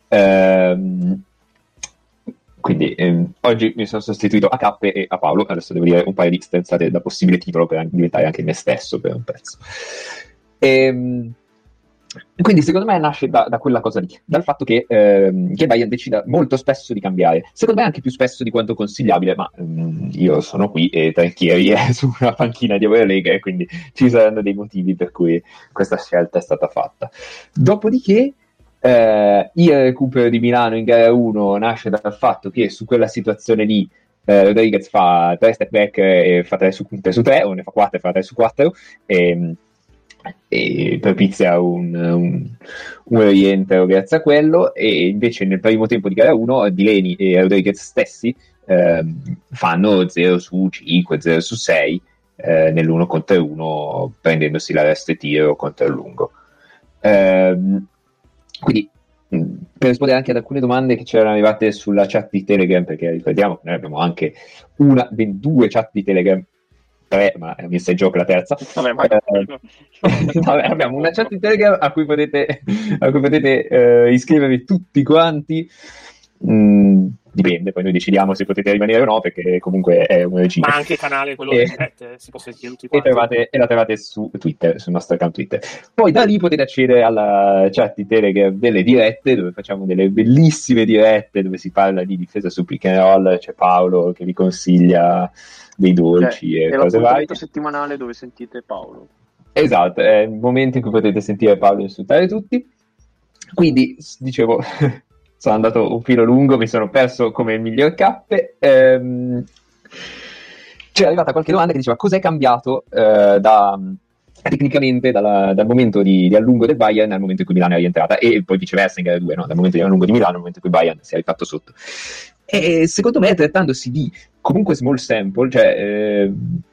Ehm, quindi ehm, oggi mi sono sostituito a Cappe e a Paolo, adesso devo dire un paio di stronzate da possibile titolo per diventare anche me stesso per un pezzo. Ehm, quindi secondo me nasce da, da quella cosa lì, dal fatto che, ehm, che Bayern decida molto spesso di cambiare, secondo me anche più spesso di quanto consigliabile, ma ehm, io sono qui e Tranchieri è su una panchina di Eurolega e quindi ci saranno dei motivi per cui questa scelta è stata fatta. Dopodiché eh, il recupero di Milano in gara uno nasce dal fatto che su quella situazione lì eh, Rodriguez fa tre step back e fa tre su tre, o ne fa quattro e fa tre su quattro, e e propizia un, un, un rientro grazie a quello, e invece nel primo tempo di gara uno Delaney e Rodriguez stessi eh, fanno zero su cinque, zero su sei eh, nell'uno contro uno, prendendosi l'arresto e tiro contro il lungo. Eh, quindi per rispondere anche ad alcune domande che c'erano arrivate sulla chat di Telegram, perché ricordiamo che noi abbiamo anche una, ben due chat di Telegram, tre, ma è messa in gioco la terza. Vabbè, ma... eh, vabbè, abbiamo una chat di Telegram a cui potete, a cui potete eh, iscrivervi tutti quanti. Mm, dipende, poi noi decidiamo se potete rimanere o no, perché comunque è un regime. Ma anche canale quello e, delle dirette, si può sentire tutti quanti. E, trovate, e la trovate su Twitter, sul nostro account Twitter. Poi da lì potete accedere alla chat di Telegram delle dirette, dove facciamo delle bellissime dirette dove si parla di difesa su pick and roll. C'è Paolo che vi consiglia dei dolci eh, e è cose varie. È settimanale dove sentite Paolo. Esatto, è il momento in cui potete sentire Paolo insultare tutti. Quindi, dicevo, sono andato un filo lungo, mi sono perso come il miglior Cappe. Ehm, c'è arrivata qualche domanda che diceva cos'è cambiato eh, da, tecnicamente dalla, dal momento di, di allungo del Bayern al momento in cui Milano è rientrata, e poi viceversa in gara due, no? Dal momento di allungo di Milano al momento in cui Bayern si è rifatto sotto. E secondo me, trattandosi di comunque small sample, cioè eh,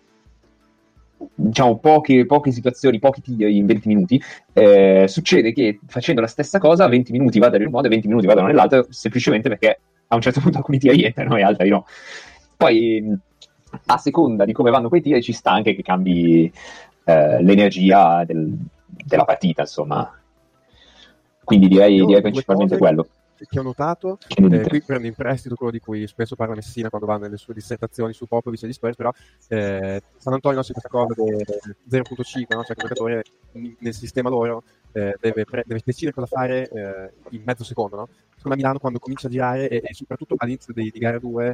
diciamo poche, poche situazioni, pochi tiri in venti minuti, eh, succede che facendo la stessa cosa venti minuti vadano in un modo e venti minuti vadano nell'altro, semplicemente perché a un certo punto alcuni tiri entrano e altri no. Poi a seconda di come vanno quei tiri ci sta anche che cambi eh, l'energia del, della partita, insomma. Quindi direi, direi principalmente quello che ho notato, eh, qui prendo in prestito quello di cui spesso parla Messina quando va nelle sue dissertazioni su Popovic e gli Spurs, però eh, San Antonio c'è questa cosa del zero virgola cinque, no? Cioè che il giocatore nel sistema loro eh, deve, pre- deve decidere cosa fare eh, in mezzo secondo, no? Secondo me Milano quando comincia a girare e, e soprattutto all'inizio di, di gara due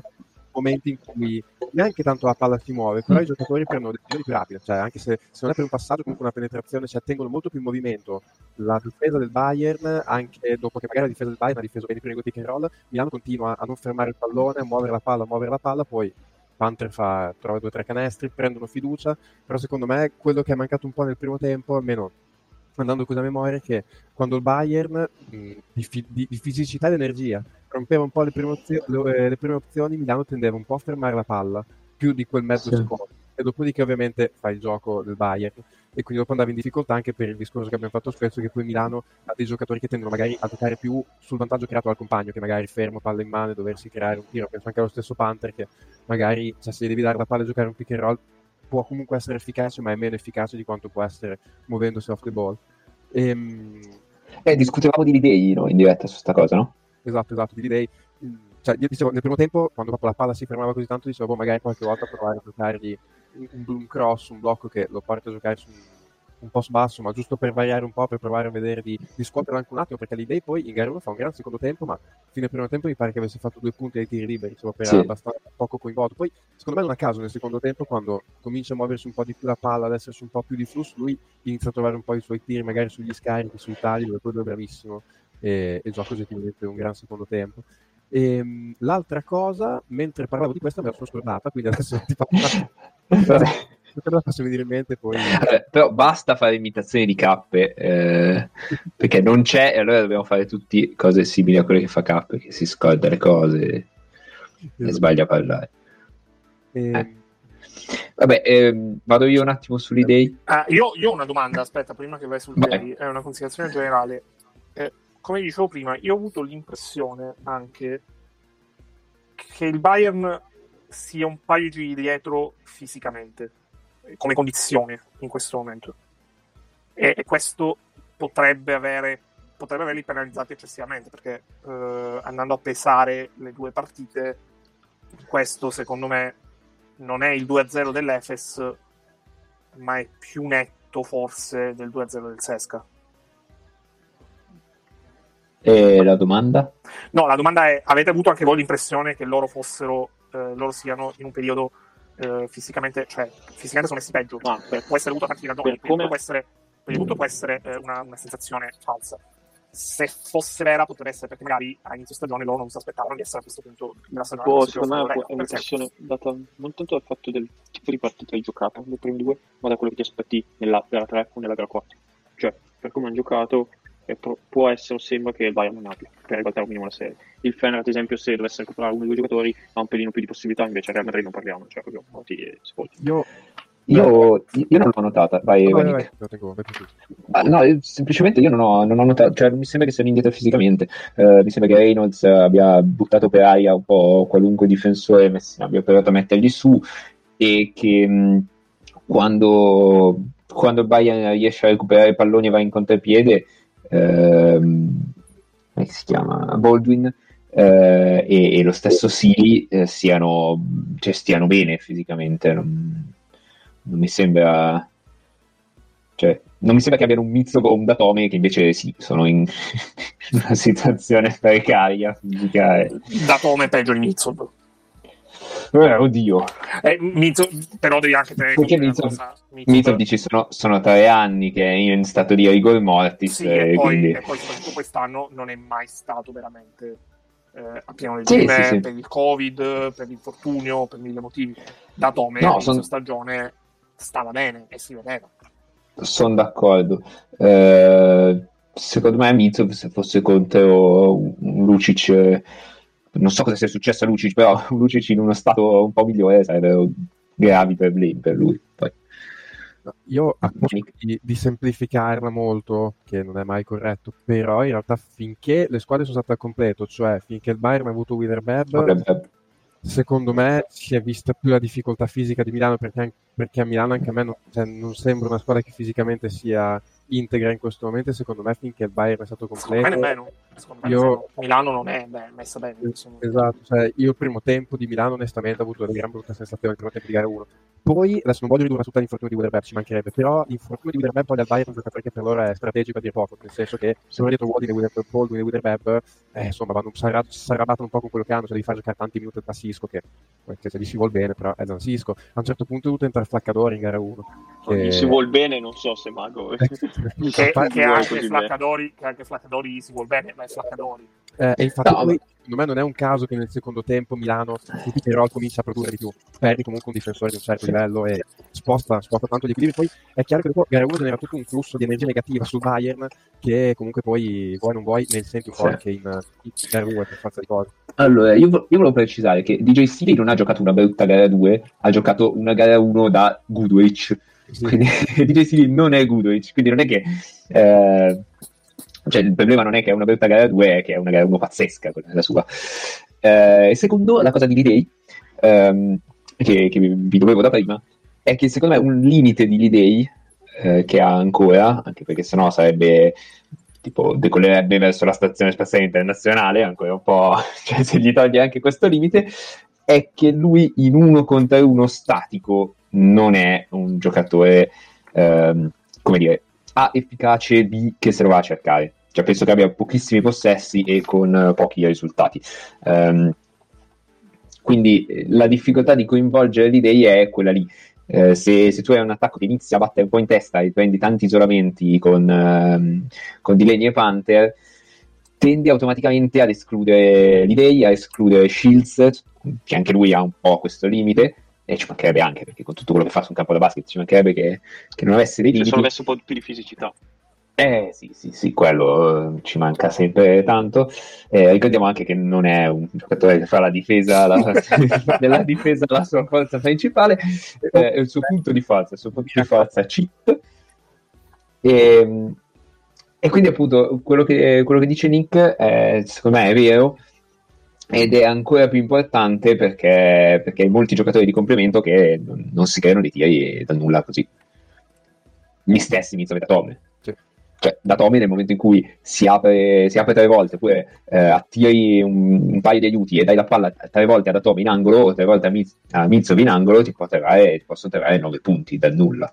momenti in cui neanche tanto la palla si muove, però i giocatori prendono decisioni più rapide, cioè anche se, se non è per un passaggio, comunque una penetrazione, cioè tengono molto più in movimento la difesa del Bayern, anche dopo che magari la difesa del Bayern ha difeso bene i primi pick and roll, Milano continua a non fermare il pallone, a muovere la palla, a muovere la palla, poi Panther fa, trova due o tre canestri, prendono fiducia, però secondo me quello che è mancato un po' nel primo tempo, almeno andando così a memoria, è che quando il Bayern mh, di, fi- di, di fisicità ed energia rompeva un po' le prime, opzio- le, le prime opzioni, Milano tendeva un po' a fermare la palla, più di quel mezzo Sì. secondo, e dopodiché ovviamente fa il gioco del Bayern, e quindi dopo andava in difficoltà anche per il discorso che abbiamo fatto spesso, che poi Milano ha dei giocatori che tendono magari a giocare più sul vantaggio creato dal compagno, che magari fermo, palla in mano e doversi creare un tiro. Penso anche allo stesso Panther, che magari, cioè, se gli devi dare la palla e giocare un pick and roll può comunque essere efficace, ma è meno efficace di quanto può essere muovendosi off the ball. Ehm, Eh, discutevamo di D-Day, no, in diretta su sta cosa, no? Esatto, esatto, di D-Day. Cioè, io dicevo, nel primo tempo, quando proprio la palla si fermava così tanto, dicevo, boh, magari qualche volta provare a giocargli un, un cross, un blocco che lo porta a giocare su un, un post basso, ma giusto per variare un po', per provare a vedere di, di scuotere anche un attimo, perché l'I-Day poi in gara uno fa un gran secondo tempo, ma fine primo tempo mi pare che avesse fatto due punti ai tiri liberi, insomma, per Sì. abbastanza poco coinvolto. Poi, secondo me, non a caso, nel secondo tempo, quando comincia a muoversi un po' di più la palla, ad esserci un po' più di flusso, lui inizia a trovare un po' i suoi tiri, magari sugli scarichi, sui tagli, dove poi lui è bravissimo, e, e gioca oggettivamente un gran secondo tempo. E, l'altra cosa, mentre parlavo di questa, me la sono scordata, quindi adesso ti faccio una faccio venire in mente poi. Eh, però basta fare imitazioni di cappe, eh, perché non c'è, e allora dobbiamo fare tutti cose simili a quelle che fa Cappe, che si scorda le cose e Esatto. sbaglia a parlare. E, Eh. Vabbè, ehm, vado io un attimo sull'I-Day. Ah, io, io ho una domanda, aspetta, prima che vai sul Vai. day, è una considerazione generale. Eh, come dicevo prima, io ho avuto l'impressione anche che il Bayern sia un paio di giri dietro fisicamente, come condizione in questo momento. E, e questo potrebbe avere potrebbe averli penalizzati eccessivamente, perché eh, andando a pesare le due partite, questo secondo me non è il due a zero dell'Efes, ma è più netto forse del due a zero del Sesca. E la domanda? No, la domanda è: avete avuto anche voi l'impressione che loro fossero eh, loro siano in un periodo eh, fisicamente, cioè fisicamente sono messi peggio? Ma Eh, può essere avuta a partire da domani, per come- può essere, per il tutto può essere eh, una, una sensazione falsa. Se fosse vera, potrebbe essere perché magari a inizio stagione loro non si aspettavano di essere a questo punto della stagione. Boh, adesso secondo giocano me Real, è per esempio. un'impressione data non tanto dal fatto del tipo di partita che hai giocato, le prime due, ma da quello che ti aspetti nella gara tre o nella gara quattro. Cioè, per come hanno giocato, è pro- può essere o sembra che il Bayern non abbia per ribaltare un minimo la serie. Il Fener, ad esempio, se dovesse recuperare uno dei due giocatori, ha un pelino più di possibilità, invece a Real Madrid non parliamo, cioè proprio morti e sepolti. io Io, io non l'ho notata, vai, vai, vai, Nick. vai, vai, tengo, vai tu. Ah, no, eh, semplicemente io non ho, non ho notato, cioè non mi sembra che siano indietro fisicamente. Eh, mi sembra che Reynolds abbia buttato per aria un po' qualunque difensore, messi, abbia provato a mettergli su, e che mh, quando, quando il Bayern riesce a recuperare i palloni e va in contropiede, ehm, come si chiama? Baldwin eh, e, e lo stesso Sili eh, siano, cioè, stiano bene fisicamente. Non, non mi sembra, cioè, non mi sembra che abbiano un Mizzo o un Datome, che invece sì, sono in una situazione precaria fisica. E... Datome è peggio di Mizzo. Eh, oddio. Eh, Mizzo, però devi anche tenere Perché conto di una Mizzo, cosa. Mizzo, Mizzo dici sono, sono tre anni che è in stato di rigor mortis, sì, eh, e, poi, quindi... e poi soprattutto quest'anno non è mai stato veramente eh, a pieno Sì, regime, sì, sì. per il Covid, per l'infortunio, per mille motivi. Datome No, all'inizio son- stagione stava bene e si vedeva. Sono d'accordo. Eh, secondo me Mizzo, se fosse contro un Lucic, eh, non so cosa sia successo a Lucic, però un Lucic in uno stato un po' migliore sarebbero gravi problemi per lui. Poi. Io accuso di, di semplificarla molto, che non è mai corretto, però in realtà finché le squadre sono state al completo, cioè finché il Bayern ha avuto Witherbeb, Dovrebbe- secondo me si è vista più la difficoltà fisica di Milano, perché, anche- perché a Milano anche a me non, cioè, non sembra una squadra che fisicamente sia integra in questo momento, secondo me, finché il Bayern è stato completo. Secondo me nemmeno. Secondo me Io... Milano non è beh, messa bene. Esatto, cioè, io il primo tempo di Milano onestamente ho avuto delle gran brutte sensazioni il primo tempo di gara uno. Poi, adesso non voglio ridurre tutta l'infortunio di Wilderberg, ci mancherebbe, però l'infortunio di Wilderberg poi al Bayern è un giocatore che per loro è strategico a dir poco, nel senso che se sono dietro Wodin e Wilderberg, eh, insomma, vanno, si arrabbiano un po' con quello che hanno, cioè devi far giocare tanti minuti da Sisco, che se gli si vuol bene, però è da Sisco. A un certo punto è dovuto entrare Flaccadori in gara uno. Che... Gli si vuol bene, non so se Mago... che, che, anche Flaccadori, che anche Flaccadori si vuol bene, ma è Flaccadori. Eh, e infatti no, poi, secondo me non è un caso che nel secondo tempo Milano il pick and roll comincia a produrre di più, perdi comunque un difensore di un certo livello e sposta, sposta tanto gli equilibri. Poi è chiaro che dopo gara uno genera tutto un flusso di energia negativa sul Bayern che comunque poi vuoi non vuoi ne senti un po' sì. anche in, in gara uno per forza di cose. Allora io, io volevo precisare che D J Seeley non ha giocato una brutta gara due, ha giocato una gara uno da Goodrich, sì. Quindi D J Seeley non è Goodrich, quindi non è che eh, cioè il problema non è che è una brutta gara due, è che è una gara uno pazzesca quella la sua. Eh, secondo la cosa di Lidei ehm, che, che vi dovevo da prima è che secondo me un limite di Lidei eh, che ha ancora, anche perché sennò sarebbe tipo decollerebbe verso la stazione spaziale internazionale ancora un po', cioè se gli toglie anche questo limite, è che lui in uno contro uno statico non è un giocatore ehm, come dire A efficace, B che se lo va a cercare, cioè penso che abbia pochissimi possessi e con uh, pochi risultati, um, quindi la difficoltà di coinvolgere l'idea è quella lì. Uh, se, se tu hai un attacco che inizia a battere un po' in testa e prendi tanti isolamenti con, uh, con Delaney e Panther, tendi automaticamente ad escludere l'idea, a escludere Shields, che anche lui ha un po' questo limite, e ci mancherebbe anche, perché con tutto quello che fa su un campo da basket ci mancherebbe che, che non avesse dei limiti. Se solo avesse un po' più di fisicità. Eh sì, sì, sì, quello eh, ci manca sempre tanto. Eh, ricordiamo anche che non è un giocatore che fa la difesa, la, della difesa la sua forza principale, eh, è il suo punto di forza, il suo punto di forza cheat. E, e quindi appunto quello che, quello che dice Nick, eh, secondo me è vero, ed è ancora più importante perché, perché hai molti giocatori di complemento che non, non si creano dei tiri da nulla così. Gli stessi iniziano da Tome. Sì. Cioè, da Tome nel momento in cui si apre, si apre tre volte, oppure eh, attiri un, un paio di aiuti e dai la palla tre volte ad Tome in angolo o tre volte a, Miz, a Mizov in angolo, ti, può trovare, ti possono trovare nove punti dal nulla.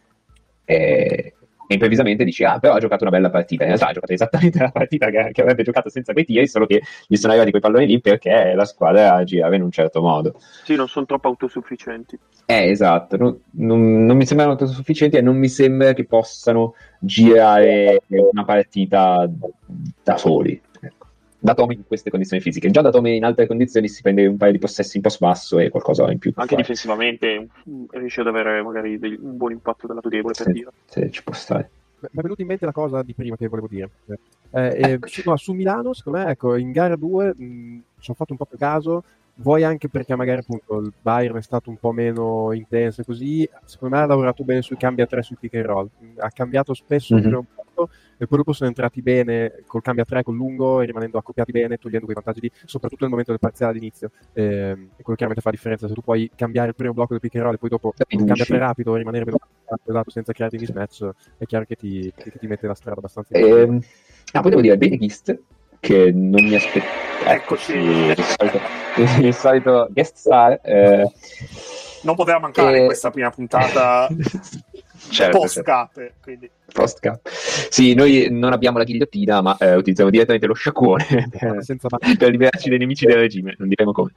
E... e improvvisamente dici, ah, però ha giocato una bella partita. In realtà ha giocato esattamente la partita che, che avrebbe giocato senza quei tiri, solo che gli sono arrivati quei palloni lì perché la squadra girava in un certo modo. Sì, non sono troppo autosufficienti. Eh, esatto, non, non, non mi sembrano autosufficienti e non mi sembra che possano girare una partita da soli. Ecco. Da Tome in queste condizioni fisiche. Già da Tome in altre condizioni si prende un paio di possessi in post basso e qualcosa in più. Anche fare. Difensivamente riesce ad avere magari dei, un buon impatto dal lato debole, per sì, dire. Sì, ci può stare. Mi è venuta in mente la cosa di prima che volevo dire. Eh, eh, su, no, su Milano, secondo me, ecco, in gara due mh, ci ho fatto un po' più caso, vuoi anche perché magari appunto il Bayern è stato un po' meno intenso e così, secondo me ha lavorato bene sui cambi a tre sul pick and roll, ha cambiato spesso mm-hmm. un po', e poi dopo sono entrati bene col cambio a tre, col lungo, e rimanendo accoppiati bene, togliendo quei vantaggi lì, soprattutto nel momento del parziale all'inizio. Eh, e quello chiaramente fa la differenza, se tu puoi cambiare il primo blocco del pick and roll e poi dopo un cambio a tre rapido, rimanere veloce senza creare dei mismatch, è chiaro che ti, che ti mette la strada abbastanza ehm, ah, poi devo dire bene Gist, che non mi aspettavo. Eccoci, il solito, il solito guest star. Eh, non poteva mancare eh, questa prima puntata certo, post-cap. Certo. Quindi. Post-cap. Sì, noi non abbiamo la ghigliottina, ma eh, utilizziamo direttamente lo sciacquone per, senza per liberarci dai nemici del regime. Non diremo come.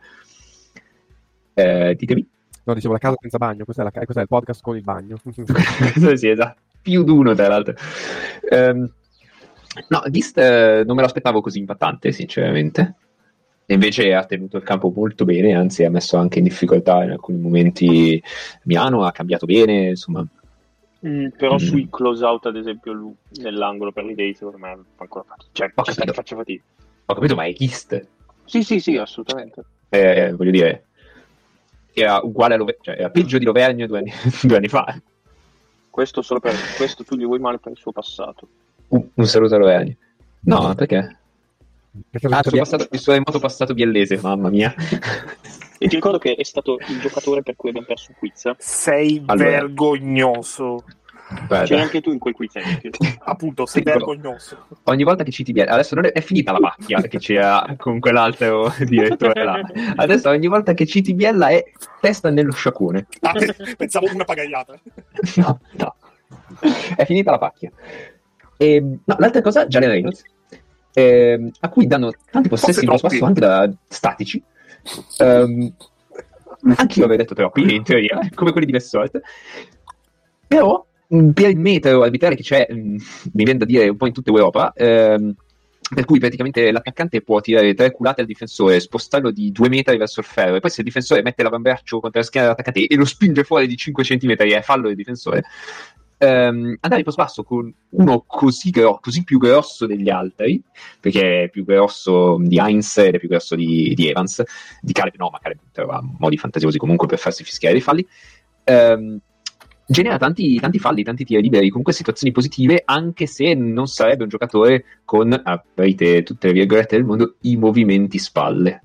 Eh, ditemi. No, dicevo la casa senza bagno. Cos'è, la, cos'è il podcast con il bagno? Sì, esatto. Più d'uno, tra l'altro. Um, No, Gist eh, non me lo aspettavo così impattante, sinceramente. E invece ha tenuto il campo molto bene, anzi ha messo anche in difficoltà in alcuni momenti Milano, ha cambiato bene, insomma. Mm, però mm. sui close out, ad esempio, lui, nell'angolo per l'idea, secondo me fa ancora fatica. Cioè, ho ci sta che faccia fatica. Ho capito, ma è Gist. Sì, sì, sì, assolutamente. Eh, voglio dire, era uguale a Love- cioè era peggio di Lovergne due anni, due anni fa. Questo solo per questo tu gli vuoi male per il suo passato. Un, un saluto a Lovergne. No, perché? Perché ah, il suo, passato, il suo remoto passato biellese, mamma mia. E ti ricordo che è stato il giocatore per cui abbiamo perso un quiz. Sei allora. vergognoso. Guarda. C'eri anche tu in quel quiz. Appunto, sei vergognoso. Ogni volta che citi Biella, adesso non è, è finita la macchia che c'era con quell'altro direttore là. Adesso ogni volta che citi Biella è testa nello sciacquone. Ah, pensavo una pagagliata. No, no. È finita la pacchia. E, no, l'altra cosa, Jalen Reynolds, eh, a cui danno tanti possessi in pospasso anche da statici. Um, anch'io avevo detto troppi, in teoria, come quelli di Vessort. Però, per il metro arbitrale che c'è, mi viene da dire un po' in tutta Europa, ehm, per cui praticamente l'attaccante può tirare tre culate al difensore, spostarlo di due metri verso il ferro, e poi se il difensore mette l'avambraccio contro la schiena dell'attaccante e lo spinge fuori di cinque centimetri, è fallo del difensore. Um, andare in post basso con uno così, gro- così più grosso degli altri, perché è più grosso di Heinz ed è più grosso di, di Evans, di Caleb no, ma Caleb trova modi fantasiosi comunque per farsi fischiare dei falli, um, genera tanti, tanti falli, tanti tiri liberi, comunque situazioni positive, anche se non sarebbe un giocatore con, aprite tutte le virgolette del mondo, i movimenti spalle.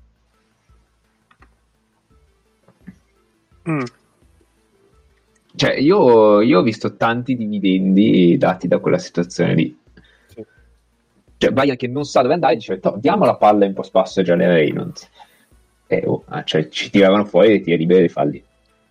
Mm. Cioè, io, io ho visto tanti dividendi dati da quella situazione lì. Sì. Cioè, Bayern che non sa dove andare, dice, diamo la palla in post passo a Jalen Reynolds. E oh, cioè, ci tiravano fuori dei tiri liberi e dei falli.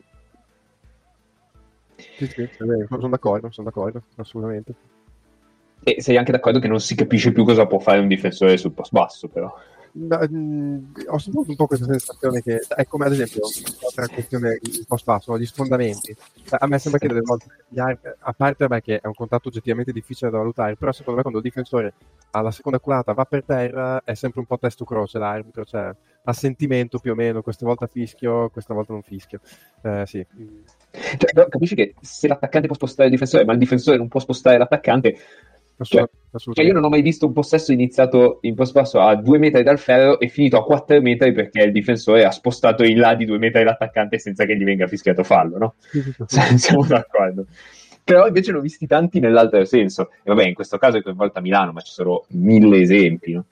Sì, sì, sono d'accordo, sono d'accordo, assolutamente. E sei anche d'accordo che non si capisce più cosa può fare un difensore sul post basso, però. Da, mh, ho sempre avuto un po' questa sensazione che è come ad esempio l'altra questione il post basso, gli sfondamenti. A me sembra che delle volte, a parte vabbè, che è un contatto oggettivamente difficile da valutare, però secondo me quando il difensore alla seconda culata va per terra è sempre un po' testo croce l'arbitro, cioè a sentimento più o meno, questa volta fischio, questa volta non fischio. Eh, sì. Cioè, però capisci che se l'attaccante può spostare il difensore, ma il difensore non può spostare l'attaccante. Cioè, cioè io non ho mai visto un possesso iniziato in post basso a due metri dal ferro e finito a quattro metri perché il difensore ha spostato in là di due metri l'attaccante senza che gli venga fischiato fallo, no? Siamo d'accordo. Però invece ne ho visti tanti nell'altro senso. E vabbè, in questo caso è coinvolta Milano, ma ci sono mille esempi, no?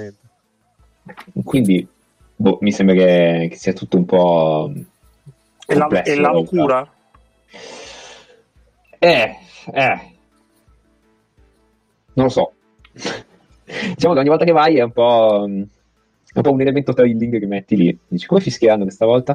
Quindi boh, mi sembra che, che sia tutto un po' e la, e la locura? Eh, eh non lo so. Diciamo che ogni volta che vai è un po' è un po' un elemento thrilling che metti lì. Dici, come fischieranno questa volta?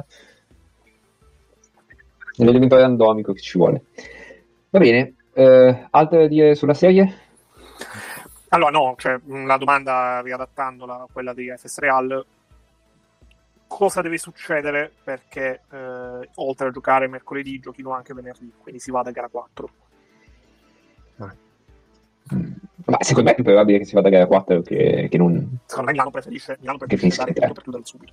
È l'elemento randomico che ci vuole. Va bene, eh, altro da dire sulla serie? Allora no, cioè la domanda riadattandola a quella di F S Real, cosa deve succedere perché eh, oltre a giocare mercoledì giochino anche venerdì, quindi si vada a gara quattro? Ah. Ma secondo me è più probabile che si vada a gara quattro che, che non. Secondo me Milano preferisce, Milano preferisce dare tutto per chiudere subito.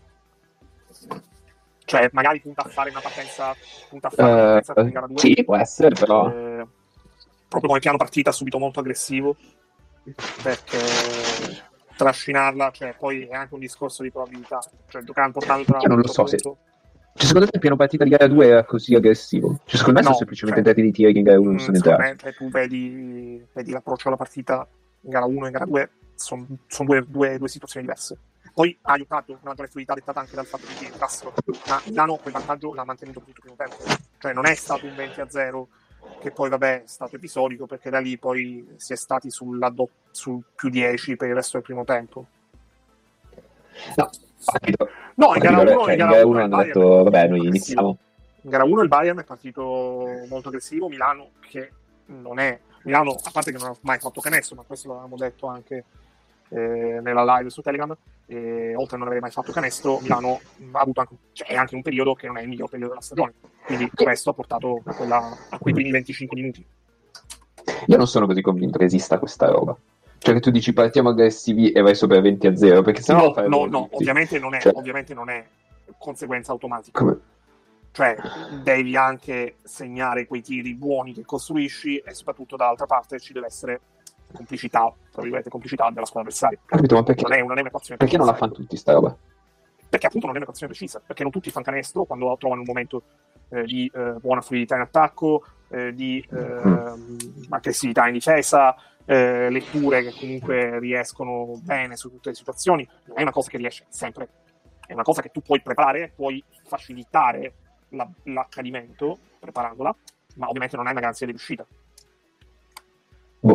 Cioè, magari punta a fare una partenza, punta a fare una partenza uh, in gara due. Sì, può essere, però. Eh, proprio come piano partita subito molto aggressivo, perché trascinarla, cioè, poi è anche un discorso di probabilità. Cioè, giocare portando tra Io non lo so se. Cioè, secondo te il piano partita di gara due era così aggressivo? Cioè, secondo me no, sono semplicemente cioè, entrati di tiri che in gara uno non sono entrati. Me, cioè, tu vedi, vedi l'approccio alla partita in gara uno e in gara due, sono son due, due, due situazioni diverse. Poi ha aiutato una maggiore fluidità dettata anche dal fatto che entrassero, ma Milano quel vantaggio l'ha mantenuto per tutto il primo tempo. Cioè non è stato un venti a zero che poi vabbè è stato episodico, perché da lì poi si è stati sulla do, sul più dieci per il resto del primo tempo. No, no in gara uno, cioè, in gara uno hanno detto vabbè noi iniziamo. In gara uno il Bayern è partito molto aggressivo, Milano che non è Milano, a parte che non ha mai fatto canestro, ma questo l'avevamo detto anche eh, nella live su Telegram, e oltre a non aver mai fatto canestro, Milano ha avuto anche, cioè, è anche un periodo che non è il miglior periodo della stagione, quindi questo ha portato a, quella, a quei primi venticinque minuti. Io non sono così convinto che esista questa roba, cioè che tu dici partiamo aggressivi e vai sopra venti a zero, perché se no, no no, no, ovviamente non è, cioè, ovviamente non è conseguenza automatica. Come? Cioè devi anche segnare quei tiri buoni che costruisci e soprattutto dall'altra parte ci deve essere complicità, tra virgolette complicità della squadra avversaria. Capito, ma perché non è una, non è un'equazione perché non la fanno tutti sta roba? Perché appunto non è un'equazione precisa, perché non tutti fanno canestro quando trovano un momento eh, di eh, buona fluidità in attacco, eh, di eh, mm. aggressività in difesa, eh, letture che comunque riescono bene su tutte le situazioni. Non è una cosa che riesce sempre, è una cosa che tu puoi preparare, puoi facilitare La, l'accadimento preparandola, ma ovviamente non è una garanzia di riuscita.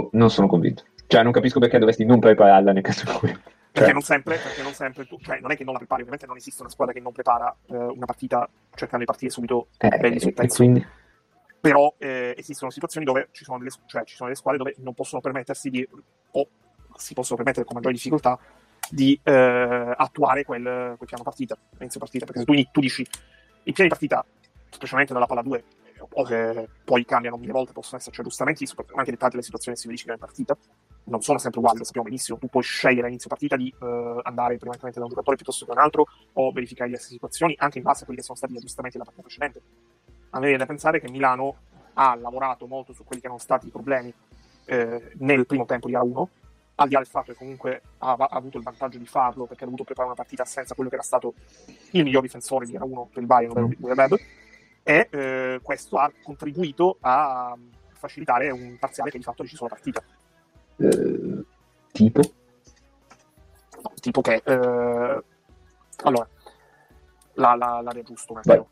non sono convinto. Cioè, non capisco perché dovresti non prepararla nel caso in cui... Perché Cioè, non sempre, perché non sempre tu, cioè non è che non la prepari, ovviamente non esiste una squadra che non prepara eh, una partita cercando di partire subito eh, belli sul e pezzo. quindi... Però eh, esistono situazioni dove ci sono delle, cioè ci sono delle squadre dove non possono permettersi di, o si possono permettere con maggiori difficoltà di eh, attuare quel, quel piano partita, inizio partita, perché se tu, tu dici i piani partita, specialmente nella palla due, o che poi cambiano mille volte, possono esserci aggiustamenti, anche dettate le situazioni che si verificano in partita, non sono sempre uguali, lo sappiamo benissimo. Tu puoi scegliere all'inizio partita di uh, andare primaticamente da un giocatore piuttosto che da un altro, o verificare diverse situazioni, anche in base a quelli che sono stati gli aggiustamenti della partita precedente. A me viene da pensare che Milano ha lavorato molto su quelli che erano stati i problemi eh, nel primo tempo di gara uno, al di là del fatto che comunque ha, ha avuto il vantaggio di farlo, perché ha dovuto preparare una partita senza quello che era stato il miglior difensore di gara uno per il Bayern, ovvero Weber, e eh, questo ha contribuito a facilitare un parziale che di fatto ha deciso la partita. Uh, tipo? No, tipo che eh, allora la, la, la riaggiusto un attimo.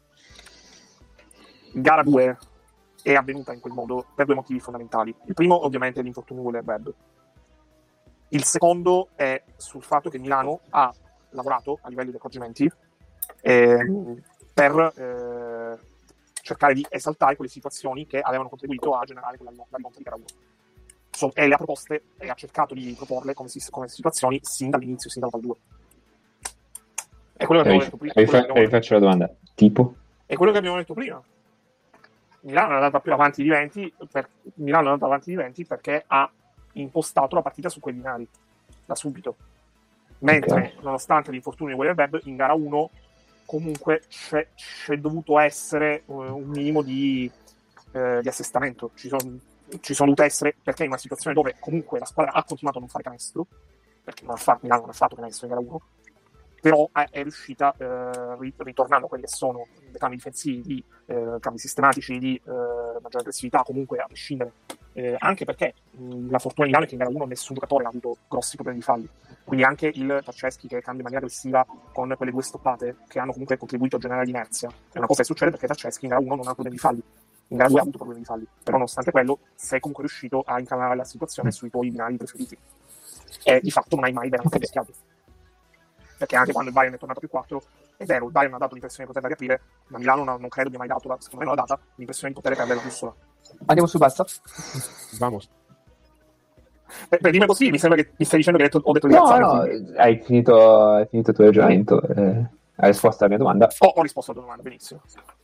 Gara due è avvenuta in quel modo per due motivi fondamentali. Il primo ovviamente è l'infortunio del Web. Il secondo è sul fatto che Milano ha lavorato a livello di accorgimenti eh, per eh, cercare di esaltare quelle situazioni che avevano contribuito a generare quella rimonta di gara uno. So, e le ha proposte e ha cercato di proporle come, si, come situazioni sin dall'inizio, sin dal due. È quello che abbiamo detto prima. Rifaccio la domanda. Tipo? È quello che abbiamo detto prima. Milano è andata più avanti di venti, per, Milano è andata avanti di venti perché ha impostato la partita su quei binari da subito. Mentre, okay, nonostante l'infortunio di Web, in gara uno comunque c'è, c'è dovuto essere uh, un minimo di, uh, di assestamento. Ci sono ci sono dovute essere, perché in una situazione dove comunque la squadra ha continuato a non fare canestro, perché non ha fatto, Milano non ha fatto canestro in gara uno, però è, è riuscita, eh, ritornando a quelli che sono i cambi difensivi, di eh, cambi sistematici, di eh, maggiore aggressività, comunque a prescindere, eh, anche perché mh, la fortuna di Milano è che in gara uno nessun giocatore ha avuto grossi problemi di falli, quindi anche il Tarczewski che cambia in maniera aggressiva con quelle due stoppate che hanno comunque contribuito a generare l'inerzia, è una cosa che succede perché Tarczewski in gara uno non ha problemi di falli. In gara due ha avuto problemi di falli, però nonostante quello sei comunque riuscito a incanalare la situazione sui tuoi binari preferiti e di fatto non hai mai veramente rischiato, perché anche quando il Bayern è tornato più quattro è vero, il Bayern ha dato l'impressione di poterla riaprire, ma Milano non, non credo abbia mai dato, secondo me non l'ha data l'impressione di poter perdere più sola. Andiamo su Barça? Vamos. Per, per dirmi così mi sembra che mi stai dicendo che ho detto di no, no, hai finito, hai finito il tuo ragionamento, eh, hai risposto alla mia domanda. Oh, ho risposto alla tua domanda, benissimo.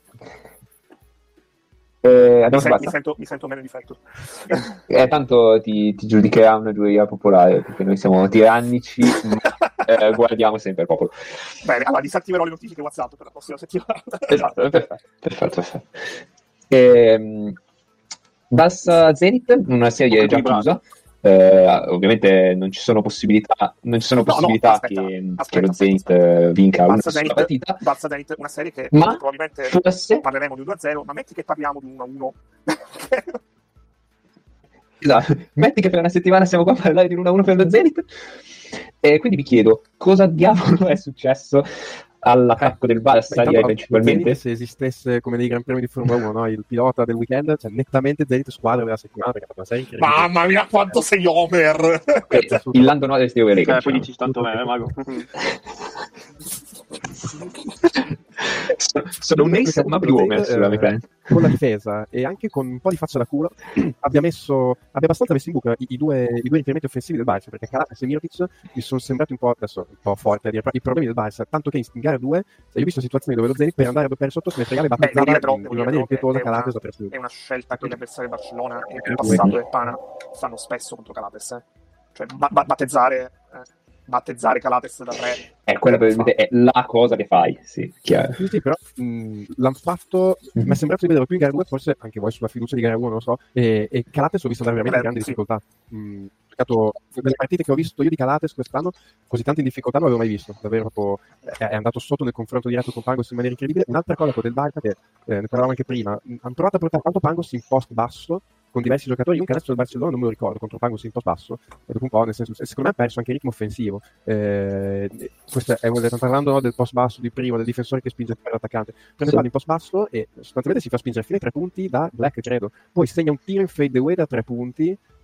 Eh, mi, sen- mi, sento, mi sento meno in difetto. Eh, tanto ti, ti giudicherà una giuria popolare perché noi siamo tirannici, ma eh, guardiamo sempre il popolo. Bene, allora disattiverò le notifiche WhatsApp per la prossima settimana. Esatto, perfetto, perfetto, perfetto. Eh, Barça Zenit, una serie già chiusa. Eh, ovviamente non ci sono possibilità non ci sono no, possibilità no, aspetta, che, aspetta, che lo Zenit aspetta. vinca una sola partita. Barça Zenit, una serie che ma probabilmente forse parleremo di uno a zero, ma metti che parliamo di uno a uno. Esatto, metti che per una settimana siamo qua a parlare di uno a uno per lo Zenit e quindi vi chiedo cosa diavolo è successo all'attacco eh, del Barça beh, principalmente. Se esistesse come nei Gran Premi di Formula uno, no? Il pilota del weekend, cioè nettamente Zenit squadra della settimana perché ha fatto una serie incredibile. Mamma mia quanto sei Homer! Il Lando Norris di Lega, eh, poi dici tanto me, mago. sono, sono un ace ma più Homer sulla meccanica. Con la difesa e anche con un po' di faccia da culo abbia messo abbia abbastanza messo in buca i, i, due, i due riferimenti offensivi del Barça, perché Calates e Mirotic mi sono sembrati un po' adesso un po' forte a dire i problemi del Barça, tanto che in, in gara due io ho visto situazioni dove lo Zenit per andare a doppia sotto se ne fregava e battezzava in una maniera impietosa Calates per più. È una scelta che gli avversari del Barcellona e il passato del Pana fanno spesso contro Calates, eh. Cioè ba- ba- battezzare eh. battezzare Calates da tre è quella probabilmente è la cosa che fai, sì, chiaro. Sì, sì, però mh, l'hanno fatto mm-hmm. mi è sembrato di vedere più in gara due, forse anche voi sulla fiducia di gara uno, non lo so, e, e Calates ho visto dare veramente grandi sì. difficoltà. Mh, nelle partite che ho visto io di Calates quest'anno così tanto in difficoltà non l'avevo mai visto, davvero proprio è, è andato sotto nel confronto diretto con Pangos in maniera incredibile. Un'altra cosa con del Barça che eh, ne parlavamo anche prima, hanno provato a portare tanto Pangos in post basso con diversi giocatori, un canestro del Barcellona non me lo ricordo contro Pangos in post basso e dopo un po', nel senso, secondo me ha perso anche il ritmo offensivo. Eh, questo è, stiamo parlando no, del post basso di prima, del difensore che spinge per l'attaccante, prende sì. palla in post basso e sostanzialmente si fa spingere fino ai tre punti da Black, credo, poi segna un tiro in fade away da tre punti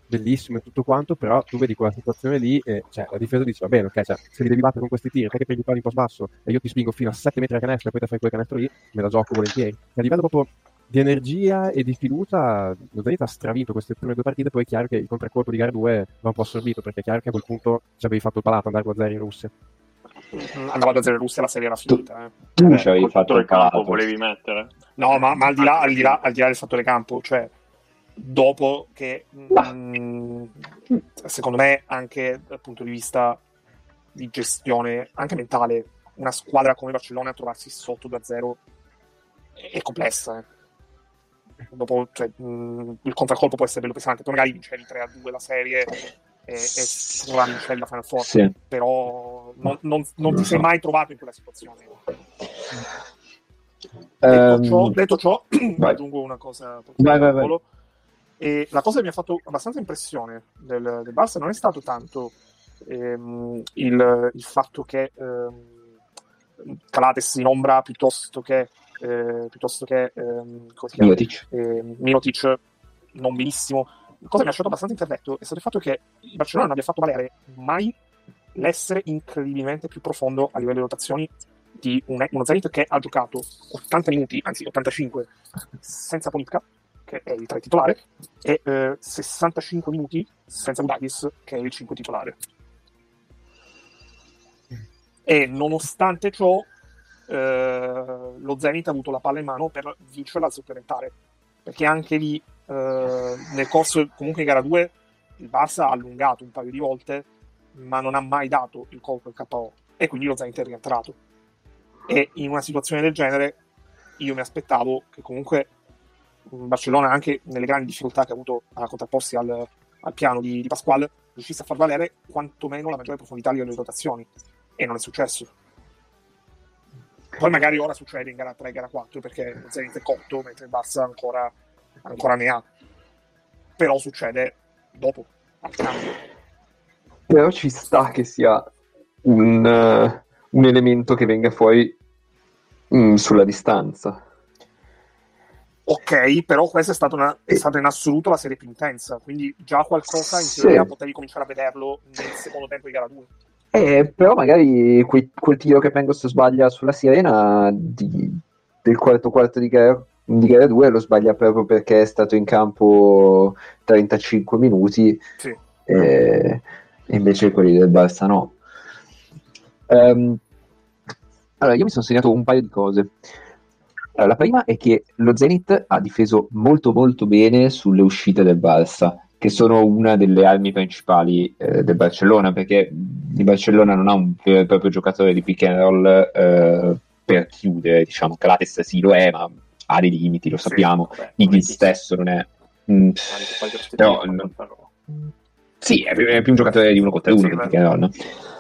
bellissimo e tutto quanto, però tu vedi quella situazione lì e cioè, la difesa dice va bene, ok, cioè, se li devi battere con questi tiri, perché prendi il palo un po' sbasso e io ti spingo fino a sette metri da canestro e poi te fai quel canestro lì, me la gioco volentieri. A livello proprio di energia e di fiducia, lo Zenit ha stravinto queste prime due partite, poi è chiaro che il contraccolpo di gara due va un po' assorbito, perché è chiaro che a quel punto ci avevi fatto il palato andare due a zero in Russia. Andava da zero in Russia, la serie era finita. Eh. Tu Eh, ci avevi fatto il campo palato. volevi mettere? No, ma, ma al, di là, al, di là, al di là del fattore campo, cioè dopo che mh, secondo me anche dal punto di vista di gestione anche mentale, una squadra come Barcellona trovarsi sotto due a zero è, è complessa. Eh. Dopo, cioè, mh, il contraccolpo può essere bello pesante, poi magari vincevi tre a due la serie e, e trovavi vincevi la Final Four, Sì. però non, non, non ti sei mai trovato in quella situazione. Ehm, Detto ciò, detto ciò vai. aggiungo una cosa Vai, vai, vai. e la cosa che mi ha fatto abbastanza impressione del, del Barça non è stato tanto ehm, il, il fatto che ehm, Calates in ombra piuttosto che eh, piuttosto che ehm, come si chiama? Mirotic. Eh, Mirotic non benissimo. La cosa che mi ha lasciato abbastanza interdetto è stato il fatto che il Barcellona non abbia fatto valere mai l'essere incredibilmente più profondo a livello di rotazioni di un, uno Zenit che ha giocato ottanta minuti, anzi ottantacinque senza Politka, che è il tre titolare, e eh, sessantacinque minuti senza Budakis, che è il cinque titolare. E nonostante ciò eh, lo Zenit ha avuto la palla in mano per vincere la supplementare, perché anche lì eh, nel corso comunque in gara due il Barça ha allungato un paio di volte, ma non ha mai dato il colpo al K O, e quindi lo Zenit è rientrato. E in una situazione del genere io mi aspettavo che comunque Barcellona, anche nelle grandi difficoltà che ha avuto a contrapporsi al, al piano di, di Pasquale, riuscisse a far valere quantomeno la maggiore profondità delle rotazioni, e non è successo. Poi magari ora succede in gara tre e gara quattro, perché lo Zenit è cotto mentre il Barça ancora, ancora ne ha, però succede dopo, al cambio. Però ci sta che sia un, uh, un elemento che venga fuori mm, sulla distanza. Ok, però questa è stata, una, è stata in assoluto la serie più intensa, quindi già qualcosa in Sì. teoria potevi cominciare a vederlo nel secondo tempo di gara due. Eh, però magari quei, quel tiro che Pengos sbaglia sulla sirena di, del quarto quarto di gara, di gara due lo sbaglia proprio perché è stato in campo trentacinque minuti, Sì. e, e invece quelli del Barça no. Um, allora, io mi sono segnato un paio di cose. Allora, la prima è che lo Zenit ha difeso molto molto bene sulle uscite del Barça, che sono una delle armi principali eh, del Barcellona, perché il Barcellona non ha un vero e proprio giocatore di pick and roll eh, per chiudere, diciamo. Calates sì lo è, ma ha dei limiti, lo sappiamo. Sì, vabbè, Higgins stesso non è... Mm, però, no, sì, è più, è più un giocatore di uno contro uno Sì, che beh. pick and roll, no?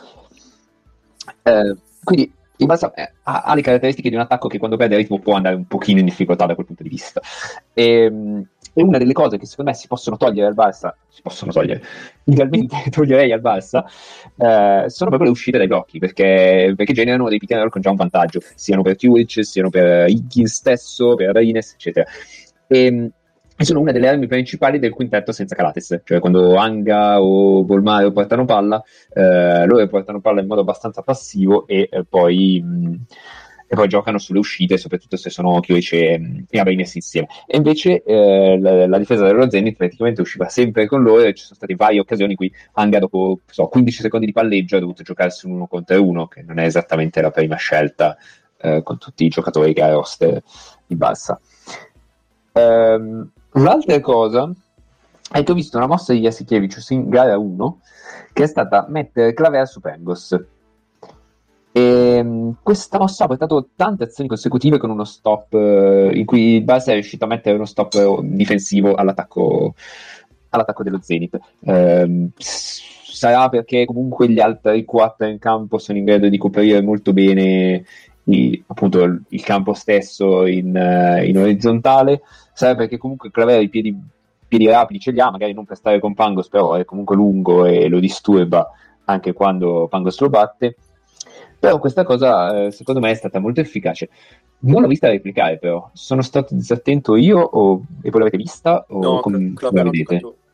Eh, quindi il Barça eh, ha, ha le caratteristiche di un attacco che quando perde ritmo può andare un pochino in difficoltà da quel punto di vista. E, e una delle cose che secondo me si possono togliere al Barça, si possono togliere, idealmente toglierei al Barça, eh, sono proprio le uscite dai blocchi, perché, perché generano dei pick and roll con già un vantaggio, siano per Turic, siano per Higgins stesso, per Reines, eccetera. E, e sono una delle armi principali del quintetto senza Calates, cioè quando Anga o Bolmaro portano palla, eh, loro portano palla in modo abbastanza passivo e eh, poi mh, e poi giocano sulle uscite, soprattutto se sono Kiric e, e Abrines insieme. E invece eh, la, la difesa dello Zenit praticamente usciva sempre con loro, e ci sono state varie occasioni in cui Anga dopo so, quindici secondi di palleggio ha dovuto giocarsi un uno contro uno, che non è esattamente la prima scelta eh, con tutti i giocatori che ha roster di Barça. Um, L'altra cosa è che ho visto una mossa di Jasikevičius in gara uno, che è stata mettere Claver su Pengos. E questa mossa ha portato tante azioni consecutive con uno stop eh, in cui il Barça è riuscito a mettere uno stop difensivo all'attacco, all'attacco dello Zenit. Eh, sarà perché comunque gli altri quattro in campo sono in grado di coprire molto bene i, appunto il, il campo stesso in, uh, in orizzontale. Sarà perché comunque Claver i piedi, piedi rapidi ce li ha, magari non per stare con Pangos, però è comunque lungo e lo disturba anche quando Pangos lo batte. Però questa cosa eh, secondo me è stata molto efficace. Non l'ho vista replicare, però sono stato disattento io o e voi l'avete vista o No, com- come Claver la ha vedete? giocato, Claver ha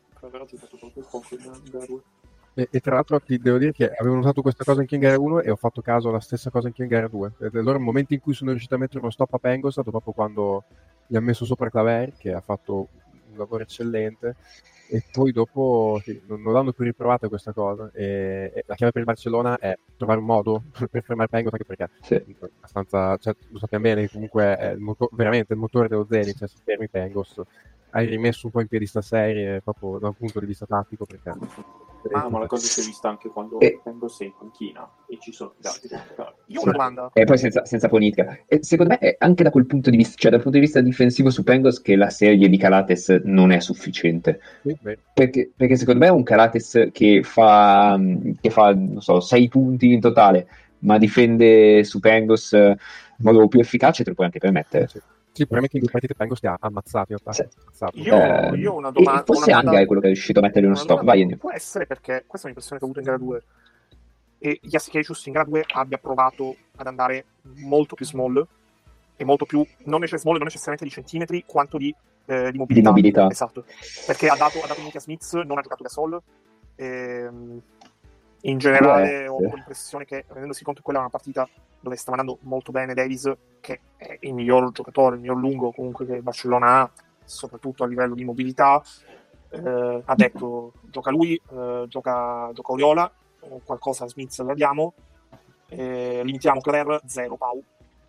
ha giocato proprio poco in gara due. E, e tra l'altro ti devo dire che avevo notato questa cosa anche in gara uno e ho fatto caso alla stessa cosa anche in gara due. E allora il momento in cui sono riuscito a mettere uno stop a Pengo è stato proprio quando gli ha messo sopra Claver, che ha fatto un lavoro eccellente, e poi dopo sì, non, non l'hanno più riprovata questa cosa. E, e la chiave per il Barcellona è trovare un modo per fermare Pengo, anche perché Sì. è abbastanza, cioè, lo sappiamo bene che comunque è il moto- veramente il motore dello Zenit, cioè se fermi Pengos hai rimesso un po' in piedi sta serie proprio da un punto di vista tattico, perché Ah, ma la cosa si è vista anche quando E- Pengo sei in panchina e ci sono gli altri. Io ho una domanda. E poi senza, senza Ponitka. E secondo me è anche da quel punto di vista, cioè dal punto di vista difensivo su Pengos, che la serie di Calates non è sufficiente. sì, beh, Perché, perché secondo me è un Calates che fa, che fa non so, sei punti in totale, ma difende su Pengos eh, in modo più efficace, te lo puoi anche permettere. sì. Sì, il problema è che in due partite Pengo stia ammazzato in realtà. Sì. Ammazzato. Io, Eh, io ho una e domanda. forse una Anga domanda- è quello che è riuscito a mettere uno una stop. domanda- Vai, Ennio. Può essere perché questa è un'impressione che ho avuto in gara due e Jasikevičius in gara due abbia provato ad andare molto più small e molto più, non necess- small, non necessariamente di centimetri, quanto di, eh, di mobilità. Di mobilità. Esatto, perché ha dato, ha dato minchia Smith, non ha giocato da Sol. Ehm, in generale Può ho essere. l'impressione che, rendendosi conto che quella è una partita dove stava andando molto bene Davis, che è il miglior giocatore, il miglior lungo comunque che il Barcellona ha, soprattutto a livello di mobilità, eh, ha detto gioca lui, eh, gioca, gioca Oriola, eh, qualcosa a Smith lo diamo, eh, limitiamo Claver, zero Pau.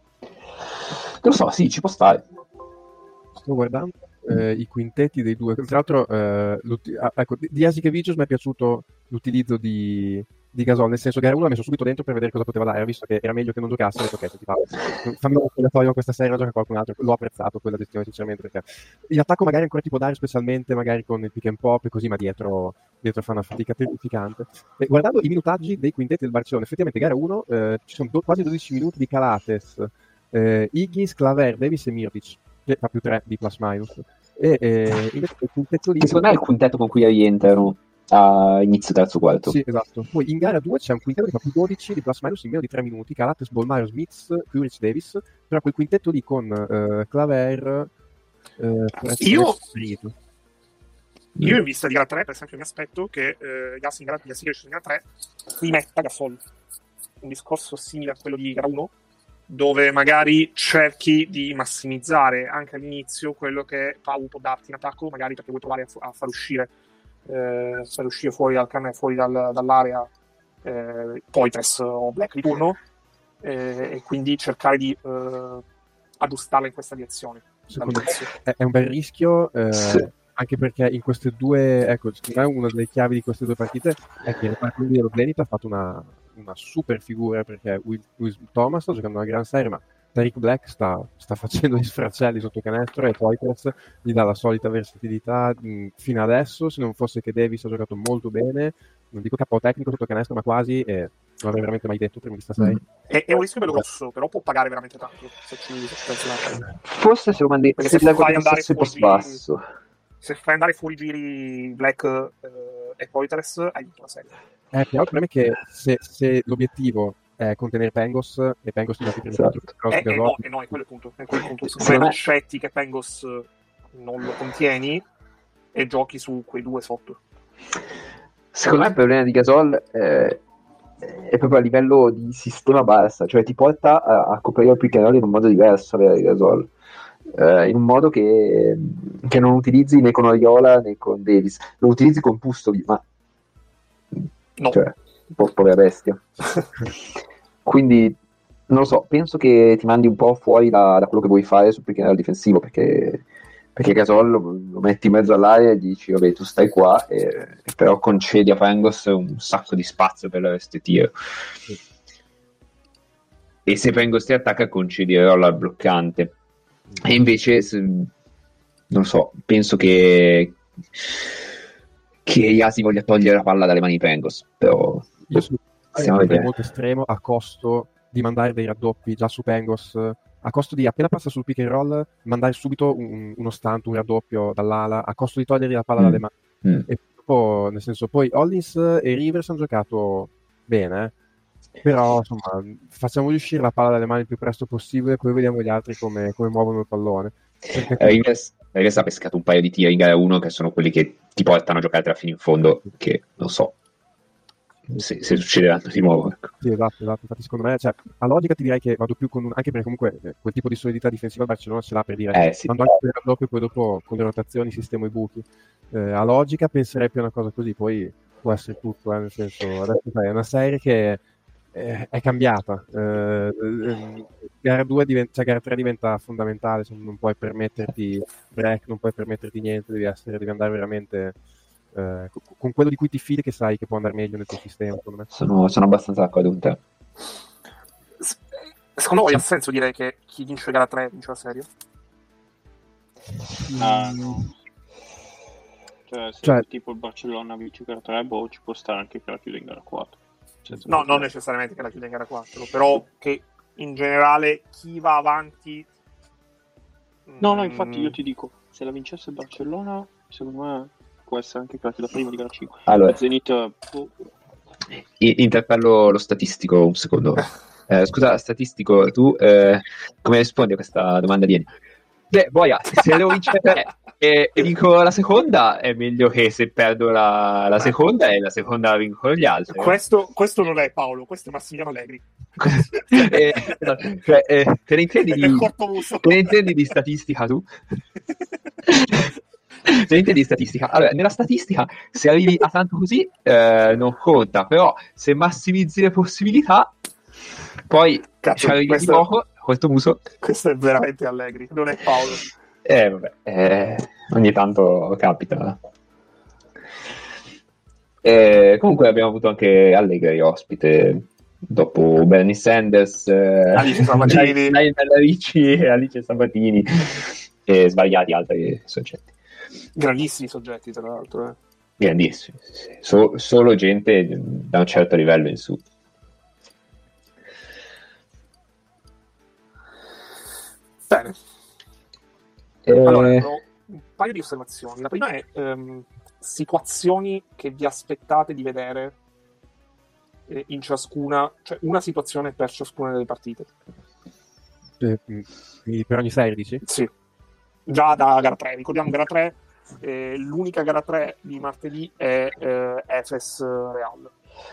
Lo so, sì, ci può stare. Sto guardando eh, i quintetti dei due. Tra l'altro, eh, l'uti- ah, ecco, di di Jasikevičius mi è piaciuto l'utilizzo di, di Gasol, nel senso che era uno l'ha messo subito dentro per vedere cosa poteva dare, visto che era meglio che non giocasse, ho detto ok, senti, fa, fammi un obbligatorio questa sera, gioca qualcun altro. L'ho apprezzato quella gestione sinceramente, perché l'attacco magari ancora ti può dare, specialmente magari con il pick and pop e così, ma dietro, dietro fa una fatica terrificante. E guardando i minutaggi dei quintetti del Barcellona, effettivamente gara uno eh, ci sono do- quasi dodici minuti di Calates, eh, Higgins, Claver, Davis e Mirtic, che fa più tre di plus minus. E eh, invece quel quintetto lì, Che secondo me è il quintetto con cui rientrano a inizio terzo quarto. sì, esatto. Poi in gara due c'è un quintetto che fa più dodici di plus minus in meno di tre minuti, Calates, Bolmaro, Smith, Kuric, Davis, però quel quintetto lì con eh, Claver eh, Io- Frito. Io in vista di gara tre, per esempio, mi aspetto che eh, Jas in gara, Jasikevičius in gara tre rimetta Gasol. Un discorso simile a quello di gara uno, dove magari cerchi di massimizzare anche all'inizio quello che Pau può darti in attacco, magari perché vuoi provare a, fu- a far uscire eh, far uscire fuori dal canne, fuori dal- dall'area eh, Poitres o Black di turno, eh, e quindi cercare di eh, aggiustarla in questa direzione. Secondo me dall'inizio. è, è un bel rischio, eh, Sì. anche perché in queste due, ecco, secondo me una delle chiavi di queste due partite è che il reparto dello Zenit ha fatto una, una super figura, perché Will, Will Thomas sta giocando una gran serie, ma Tariq Black sta, sta facendo gli sfracelli sotto canestro e Poitres gli dà la solita versatilità mh, fino adesso, se non fosse che Davis ha giocato molto bene, non dico capo tecnico sotto canestro, ma quasi, e non l'avrei veramente mai detto prima di stasera. Mm. È, è un rischio bello grosso, però può pagare veramente tanto se ci, se ci pensi un attimo. Forse se lo mandi, Perché se se la fai guardi andare un po' fuori- basso. Se fai andare fuori giri Black eh, e Poitres, hai vinto la serie. Eh, però il problema è che se, se l'obiettivo è contenere Pengos e Pengos ti dà più Esatto. cross Eh, eh, Gasol, no, eh, no, è quello il punto. È quello il punto. Se Secondo me- accetti che Pengos non lo contieni e giochi su quei due sotto. Secondo me il problema di Gasol eh, è proprio a livello di sistema basta, cioè ti porta a, a coprire il pick and roll in un modo diverso avere Gasol, eh, in un modo che, che non utilizzi né con Oriola né con Davis, lo utilizzi con Pustovi, ma No. cioè, po- povera bestia. Quindi non lo so, penso che ti mandi un po' fuori da, da quello che vuoi fare sul pick and roll difensivo, perché perché Gasol lo, lo metti in mezzo all'area e dici vabbè tu stai qua e, e però concedi a Pengos un sacco di spazio per il tiro, e se Pengos ti attacca concedi roll al bloccante, e invece se, non so, penso che che Yasi voglia togliere la palla dalle mani di Pengos, però io sono stiamo a vedere. molto estremo a costo di mandare dei raddoppi già su Pengos, a costo di appena passa sul pick and roll mandare subito un, uno stunt, un raddoppio dall'ala, a costo di togliergli la palla Mm. dalle mani. Mm. E dopo, nel senso, poi Hollins e Rivers hanno giocato bene, eh. Però insomma facciamogli uscire la palla dalle mani il più presto possibile, poi vediamo gli altri come, come muovono il pallone. Perché Rivers, Zalgiris ha pescato un paio di tiri in gara uno che sono quelli che ti portano a giocare fino in fondo, che non so se, se succederanno di nuovo. Ecco. Sì, esatto, esatto. Infatti secondo me, cioè, a logica ti direi che vado più con un, anche perché comunque eh, quel tipo di solidità difensiva il Barcellona ce l'ha, per dire, Eh, sì. quando anche per il doppio e poi dopo con le rotazioni sistemo i buchi. Eh, a logica penserei più a una cosa così, poi può essere tutto, eh, nel senso, adesso sai, è una serie che eh, è cambiata. Eh, eh, gara due diventa, cioè gara tre diventa fondamentale, cioè, non puoi permetterti break, non puoi permetterti niente, devi essere, devi andare veramente eh, con quello di cui ti fidi, che sai che può andare meglio nel tuo sistema, secondo me. Sono, sono abbastanza d'accordo con te. Secondo voi ha senso dire che chi vince gara tre vince la serie? Ah, no. Cioè, se Cioè- tipo il Barcellona vince gara tre, boh, ci può stare anche che la chiude in gara quattro. Senza No, problema. non necessariamente che la chiude in gara quattro, però che in generale chi va avanti... No, no, mm, infatti io ti dico, se la vincesse il Barcellona, secondo me può essere anche che la chiuda prima di gara cinque. Allora, Zenit, boh, i- interpello lo statistico un secondo. Eh, scusa, statistico, tu eh, come rispondi a questa domanda di Eni? Beh, boia, se devo vincere tre e, e vinco la seconda, è meglio che se perdo la, la seconda e la seconda la vinco gli altri. Questo, questo non è Paolo, questo è Massimiliano Allegri. Eh, cioè, eh, te ne intendi È di, del cortomuso. te ne intendi di statistica tu? Te ne intendi di statistica? Allora, nella statistica, se arrivi a tanto così, eh, non conta, però se massimizzi le possibilità, poi Cazzo, ci arrivi questo- di poco, questo muso. Questo è veramente Allegri, non è Paolo. Eh, vabbè, eh, ogni tanto capita. Eh, comunque abbiamo avuto anche Allegri ospite, dopo Bernie Sanders, eh, Alice Sabatini. Lionel Ricci e Alice Sabatini e svariati altri soggetti. Grandissimi soggetti, tra l'altro. Eh. Grandissimi, sì, sì. So- solo gente da un certo livello in su. Bene. Eh, Allora, ho un paio di osservazioni. La prima è ehm, situazioni che vi aspettate di vedere eh, in ciascuna, cioè una situazione per ciascuna delle partite. Eh, quindi per ogni serie, dici? Sì, già da gara tre. Ricordiamo gara tre, eh, l'unica gara tre di martedì è eh, Efes Real.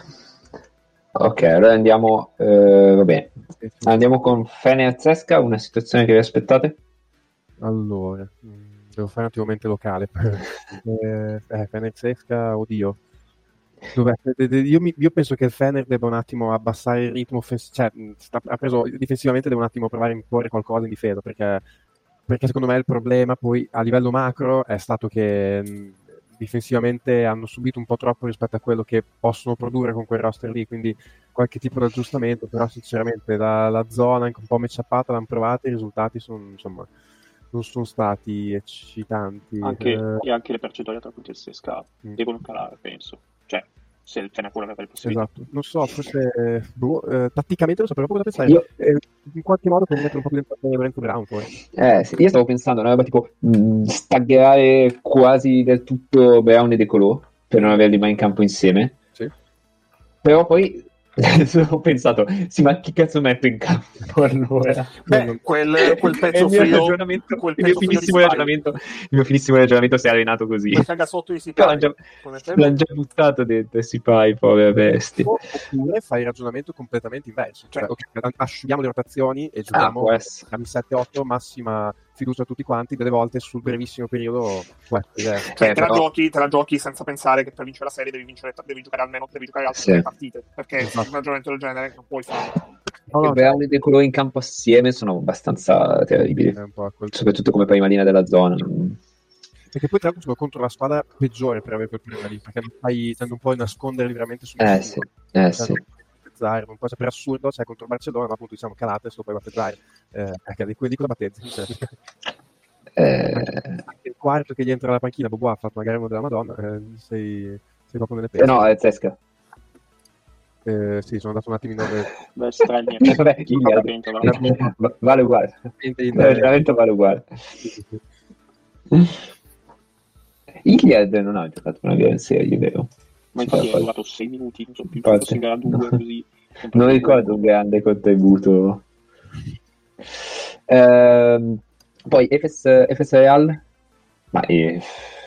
ok, allora andiamo, eh, va bene. Andiamo con Fener Zesca, una situazione che vi aspettate? Allora, mh, devo fare un attimo mente locale. eh, eh, Fener Zesca, oddio. Dov'è? De- de- Io, mi- io penso che il Fener debba un attimo abbassare il ritmo offensivo, cioè mh, sta- ha preso difensivamente, deve un attimo provare a imporre qualcosa in difesa, perché, perché secondo me il problema poi a livello macro è stato che mh, difensivamente hanno subito un po' troppo rispetto a quello che possono produrre con quel roster lì, quindi qualche tipo di aggiustamento, però sinceramente la, la zona un po' matchappata l'hanno provata, i risultati sono, insomma, non sono stati eccitanti. anche, Eh, e anche le percentuali tra punti e sesca Mm. devono calare, penso. Cioè, se il Fener vuole avere le possibilità. Esatto, non so, forse eh, boh, eh, tatticamente non so proprio cosa pensare. Io- Eh, in qualche modo per mettere un po' più dentro Lorenzo Brown poi. Eh, sì, io stavo pensando, una roba tipo mh, staggerare quasi del tutto Brown e De Colò per non averli mai in campo insieme. Sì. Però poi ho pensato, sì, ma chi cazzo metto in campo allora? Beh, quel, quel E pezzo il mio frio, ragionamento, quel il mio pezzo frio di finissimo Sipai. ragionamento, il mio finissimo ragionamento si è allenato così. quel cagasotto di Però l'hanno Sipai. già, Come te? l'hanno già buttato dentro Sipai, povera bestia. Oppure fai il ragionamento completamente inverso. Cioè, ok, asciughiamo le rotazioni e Ah, giochiamo può essere. a sette otto, massima fiducia a tutti quanti, delle volte sul brevissimo periodo può essere diverso. Cioè, Eh, te, la però- giochi, te la giochi senza pensare che per vincere la serie devi, vincere, devi giocare almeno devi giocare altre Sì. tre partite, perché Esatto. un ragionamento del genere non puoi fare. No, Che no, Brown e De Colò in campo assieme sono abbastanza terribili, è un po' quel... soprattutto come prima linea della zona. non- Perché poi tra l'altro sono contro la squadra peggiore per avere quel problema lì, perché non fai, tende un po' a nasconderli veramente sul Eh sì, eh sì. battezzare, un po' cioè, per assurdo, cioè contro il Barcellona, ma appunto diciamo calate, se lo puoi battezzare, eh, perché di quelli con la battezzi, cioè, Eh, anche il quarto che gli entra alla panchina, Bobo ha fatto magari uno della Madonna, eh, sei, sei proprio nelle eh, pezze. no, è Zesca. Eh, sì, sono andato un attimino dove... Beh, strani. Vabbè, Iliad. Va- vale uguale. Il ragionamento vale uguale. Iliad non ha giocato una gara in serie, vero? Ma infatti è durato sei minuti, non so più, Infatti. forse in gara due, così. Non ricordo un grande contributo. Ehm, poi Efes, Efes Real, Ma eh,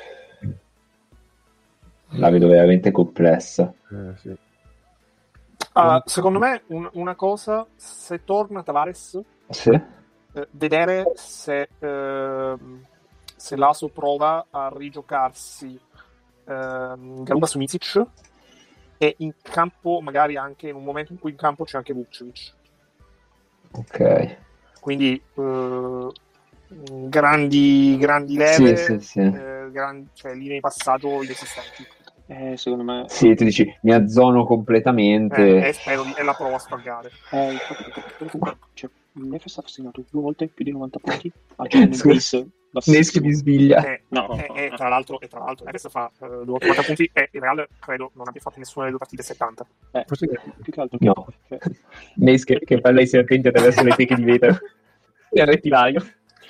la vedo veramente complessa. Eh, sì. Uh, secondo me un, una cosa, se torna Tavares, Sì? eh, vedere se, eh, se Laso prova a rigiocarsi eh, Garuba su Micic e in campo magari anche in un momento in cui in campo c'è anche Vucevic. Ok. Quindi eh, grandi, grandi leve, Sì, sì, sì. eh, gran- cioè linee di passaggio inesistenti. Eh, secondo me... Sì, tu dici, mi azzono completamente. Eh, e spero di, e la provo a spaggare. Eh, infatti, perché, perché comunque, cioè, Nefes ha segnato due volte più di novanta punti, ha giocato in Scusa, base Neschi mi sviglia. E, No, no, e- no, e no. tra l'altro, e tra l'altro Neves fa uh, duecentottanta punti e il Real credo non abbia fatto nessuna delle due partite settanta. Eh, Forse che- più che altro che... No. cioè, Neschi che parla ai serpenti attraverso le teche di vetro. E al rettilaio.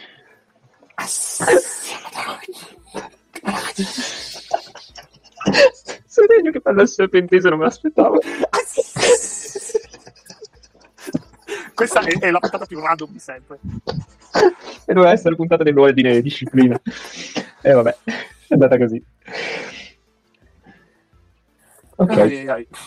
Sereno che parla al serpentese, non me l'aspettavo. Questa è, è la puntata più random di sempre. E doveva essere puntata dell'ordine e disciplina. E vabbè, è andata così. Ok. Ai, ai, ai.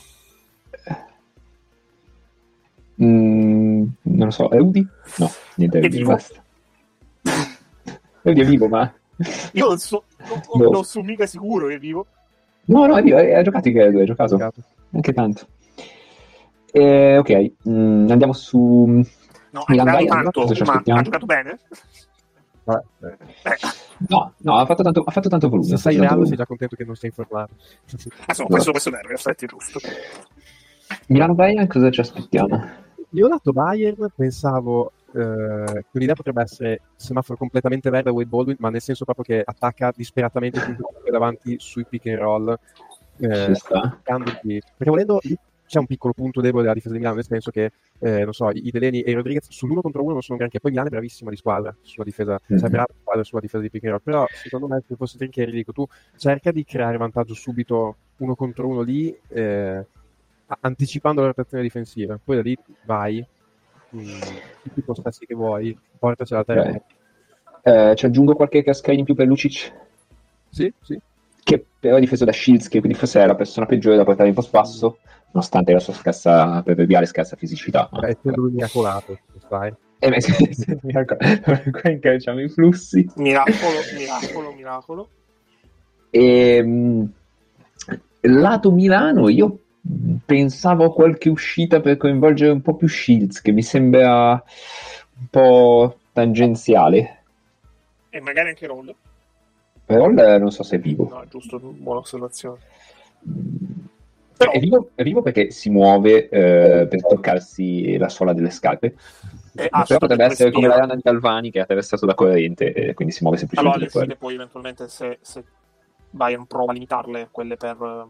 Mm, non lo so, Eudi? No, niente, È Eudi, vivo. basta. Eudi è vivo, ma... Io non so, non, No. non sono mica sicuro che è vivo. No, no, è vivo, ha giocato in Eudi, ha giocato. Giocato. Anche tanto. Eh, ok, mm, andiamo su... No, ha Milan giocato Bayern, tanto, cosa ci ma aspettiamo? ha giocato bene? Vabbè, eh. Eh, No, no, ha fatto tanto, ha fatto tanto volume. Se ha sei fatto tanto Real sei volume. già contento che non stia informato. insomma, questo, questo è vero, in effetti è giusto. Milano Bayern, cosa ci aspettiamo? Io ho dato Bayern, pensavo eh, che l'idea potrebbe essere semaforo completamente verde a Wade Baldwin, ma nel senso proprio che attacca disperatamente chiunque davanti sui pick and roll, eh, Ci sta. cercandoti- perché volendo lì c'è un piccolo punto debole della difesa di Milano, nel senso che eh, non so, i Delaney e i Rodriguez sull'uno contro uno non sono granché, poi Milano è bravissima di squadra sulla difesa, Mhm. cioè brava di squadra sulla difesa di pick and roll, però secondo me se fosse Trinchieri dico tu cerca di creare vantaggio subito uno contro uno lì, eh, a- anticipando la rotazione difensiva, poi da lì vai mh, tutti i possessi che vuoi, portacela a te. Ok. Eh, ci aggiungo qualche cascaino in più per Lucic, Sì, sì. che però è difeso da Shields, che quindi forse è la persona peggiore da portare in post basso, nonostante la sua scarsa, proverbiale scarsa fisicità. È sempre lui miracolato, sai. Eh, beh, sì, sì, qua incalciamo i flussi. Miracolo, miracolo, miracolo. E, mh, lato Milano, io pensavo a qualche uscita per coinvolgere un po' più Shields, che mi sembra un po' tangenziale. E magari anche Roll. Però eh, non so se è vivo. No, è giusto, buona osservazione. Però- È vivo, è vivo perché si muove eh, per toccarsi la suola delle scarpe. E ha Però sotto potrebbe due essere come spine. la rana di Galvani che è attraversato da corrente e quindi si muove Allora semplicemente le per quello. uscite poi eventualmente se, se Bayern prova a limitarle, quelle per, eh,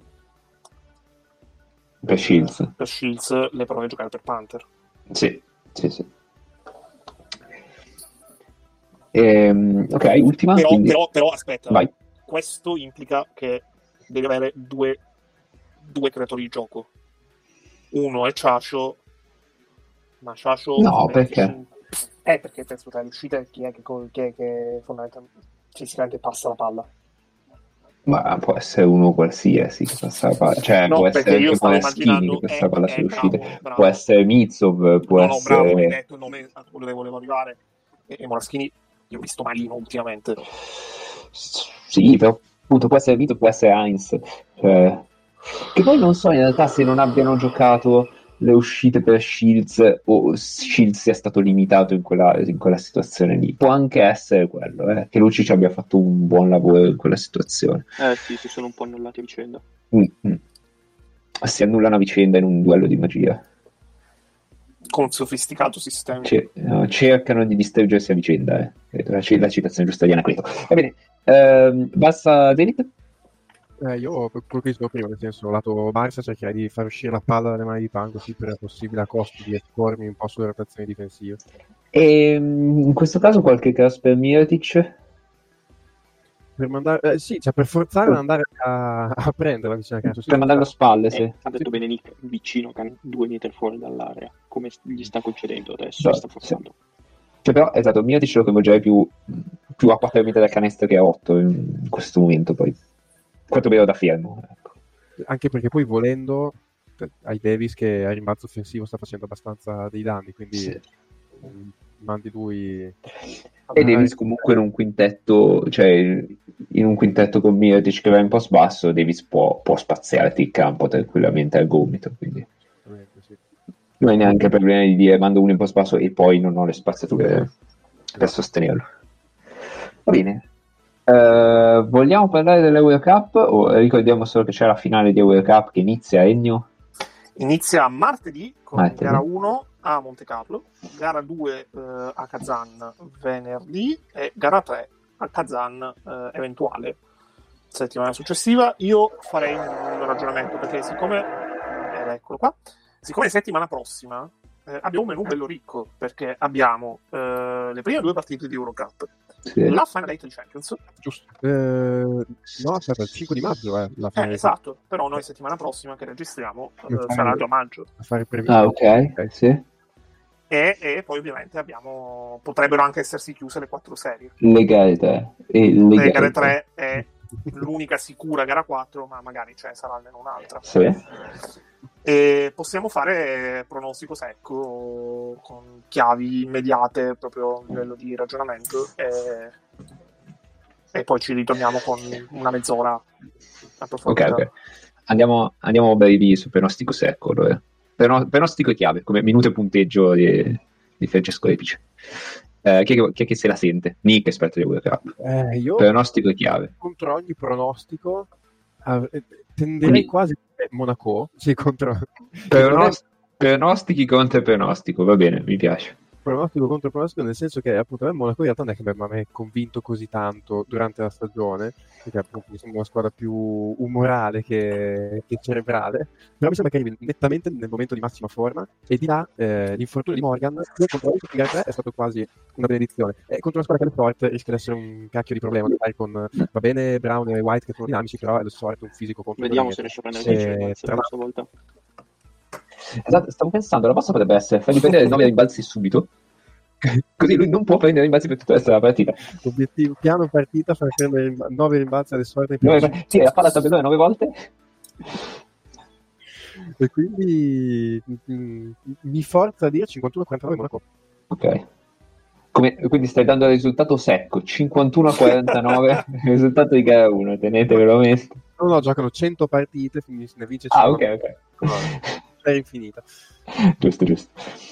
Per Shields. per Shields, le prova a giocare per Panther. Sì, sì, sì. Ehm, ok, ultima. Però, quindi... però, però aspetta, Vai. questo implica che devi avere due, due creatori di gioco. Uno è Ciascio, ma Ciascio... No, perché? Eh, perché penso tra le uscite chi è che, chi è che fondamentalmente fisicamente passa la palla. Ma può essere uno qualsiasi che passa la palla, cioè No, può perché essere io anche stavo Moraschini immaginando- che passa eh, la palla eh, sulle bravo, uscite, bravo. può essere Mitsov, può No, no, bravo, hai essere... detto il nome a quello dove volevo arrivare. E, e Moraschini, io ho visto malino ultimamente. Sì, però appunto può essere Vito, può essere Heinz, cioè... che poi non so in realtà se non abbiano giocato le uscite per Shields o Shields sia stato limitato in quella, in quella situazione lì. Può anche essere quello, eh, che Lucic abbia fatto un buon lavoro in quella situazione. Eh sì, si sono un po' annullati a vicenda. Mm-hmm. Si annulla una vicenda in un duello di magia. Con un sofisticato sistema. C- no, cercano di distruggersi a vicenda, eh. la, c- la citazione giusta di Anacleto. Va bene, ehm, basta Zenit? Eh, io quello che dicevo prima, nel senso, lato Barça cercherei di far uscire la palla dalle mani di Pango sì per possibile a costo di espormi un po' sulle rotazioni difensive. E in questo caso qualche cross per Mirotic? Per mandare, eh, sì, cioè per forzare ad andare a, a prenderla vicino a casa. Per mandare lo spalle, sì. Eh, ha detto bene Nick, vicino, can- due metri fuori dall'area, come gli sta concedendo adesso, Sì, gli sta forzando. Cioè, però, esatto, Mirotic lo coinvolgerei più, più a quattro metri da canestro che a otto in questo momento, poi. Quanto meno da fermo, ecco. Anche perché poi volendo hai Davis che a rimbalzo offensivo sta facendo abbastanza dei danni, quindi Sì. mandi lui. E Davis comunque in un quintetto, cioè in un quintetto con Mirotic che va in post basso, Davis può, può spaziarti il campo tranquillamente al gomito, quindi Sì. non hai neanche problemi di dire mando uno in post basso e poi non ho le spaziature per sostenerlo. Va bene. Uh, vogliamo parlare dell'Eurocup o ricordiamo solo che c'è la finale di Eurocup che inizia Ennio? Inizia martedì con martedì. gara uno a Monte Carlo, gara due uh, a Kazan venerdì e gara tre a Kazan uh, eventuale settimana successiva. Io farei un ragionamento perché siccome eh, eccolo qua, siccome settimana prossima eh, abbiamo un menù bello ricco perché abbiamo uh, le prime due partite di Eurocup. Sì. La Final Eight di Champions, giusto? Eh, no, aspetta, il cinque di maggio è la Final eh, esatto, però noi settimana prossima che registriamo eh, fare, sarà già maggio. Fare ah, ok, okay sì. E, e poi ovviamente abbiamo potrebbero anche essersi chiuse le quattro serie. Le gare tre. E le, le gare tre è l'unica sicura gara quattro, ma magari ce ne sarà almeno un'altra. Sì. E possiamo fare pronostico secco con chiavi immediate proprio a livello di ragionamento e, e poi ci ritorniamo con una mezz'ora approfondita. Ok, ok. Andiamo, andiamo brevi su pronostico secco allora. Pronostico chiave come minuto e punteggio di, di Francesco Epice. Eh, chi, è, chi è che se la sente? Nick, esperto di Eurocup. Eh, io pronostico chiave. Contro ogni pronostico eh, tenderei Quindi, quasi Monaco, sì, contro Pronost- pronostichi contro pronostico, va bene, mi piace. Pronostico contro pronostico, nel senso che appunto a me Monaco in realtà non è che mi ha convinto così tanto durante la stagione, perché appunto mi sembra una squadra più umorale che, che cerebrale, però mi sembra che arrivi nettamente nel momento di massima forma, e di là eh, l'infortunio di Morgan contro il è stato quasi una benedizione, e contro una squadra che è forte rischia di essere un cacchio di problema, con va bene Brown e White che sono dinamici, però è lo solito un fisico contro. Vediamo se riesce a prendere il tra questa volta. Esatto, stavo pensando, la posta potrebbe essere fargli prendere nove rimbalzi subito, così lui non può prendere rimbalzi per tutta la della partita. Obiettivo piano partita, far prendere nove rimbalzi alle sorte. Nove, sì, la palla tabellone nove volte. E quindi mh, mi forza a dire cinquantuno a quarantanove Monaco. Ok. Come, quindi stai dando il risultato secco, cinquantuno a quarantanove, il risultato di gara uno, tenetevelo messo. No, no, giocano cento partite, quindi ne vince cinquanta. Ah, ok, ok. No, è infinita. Giusto, giusto.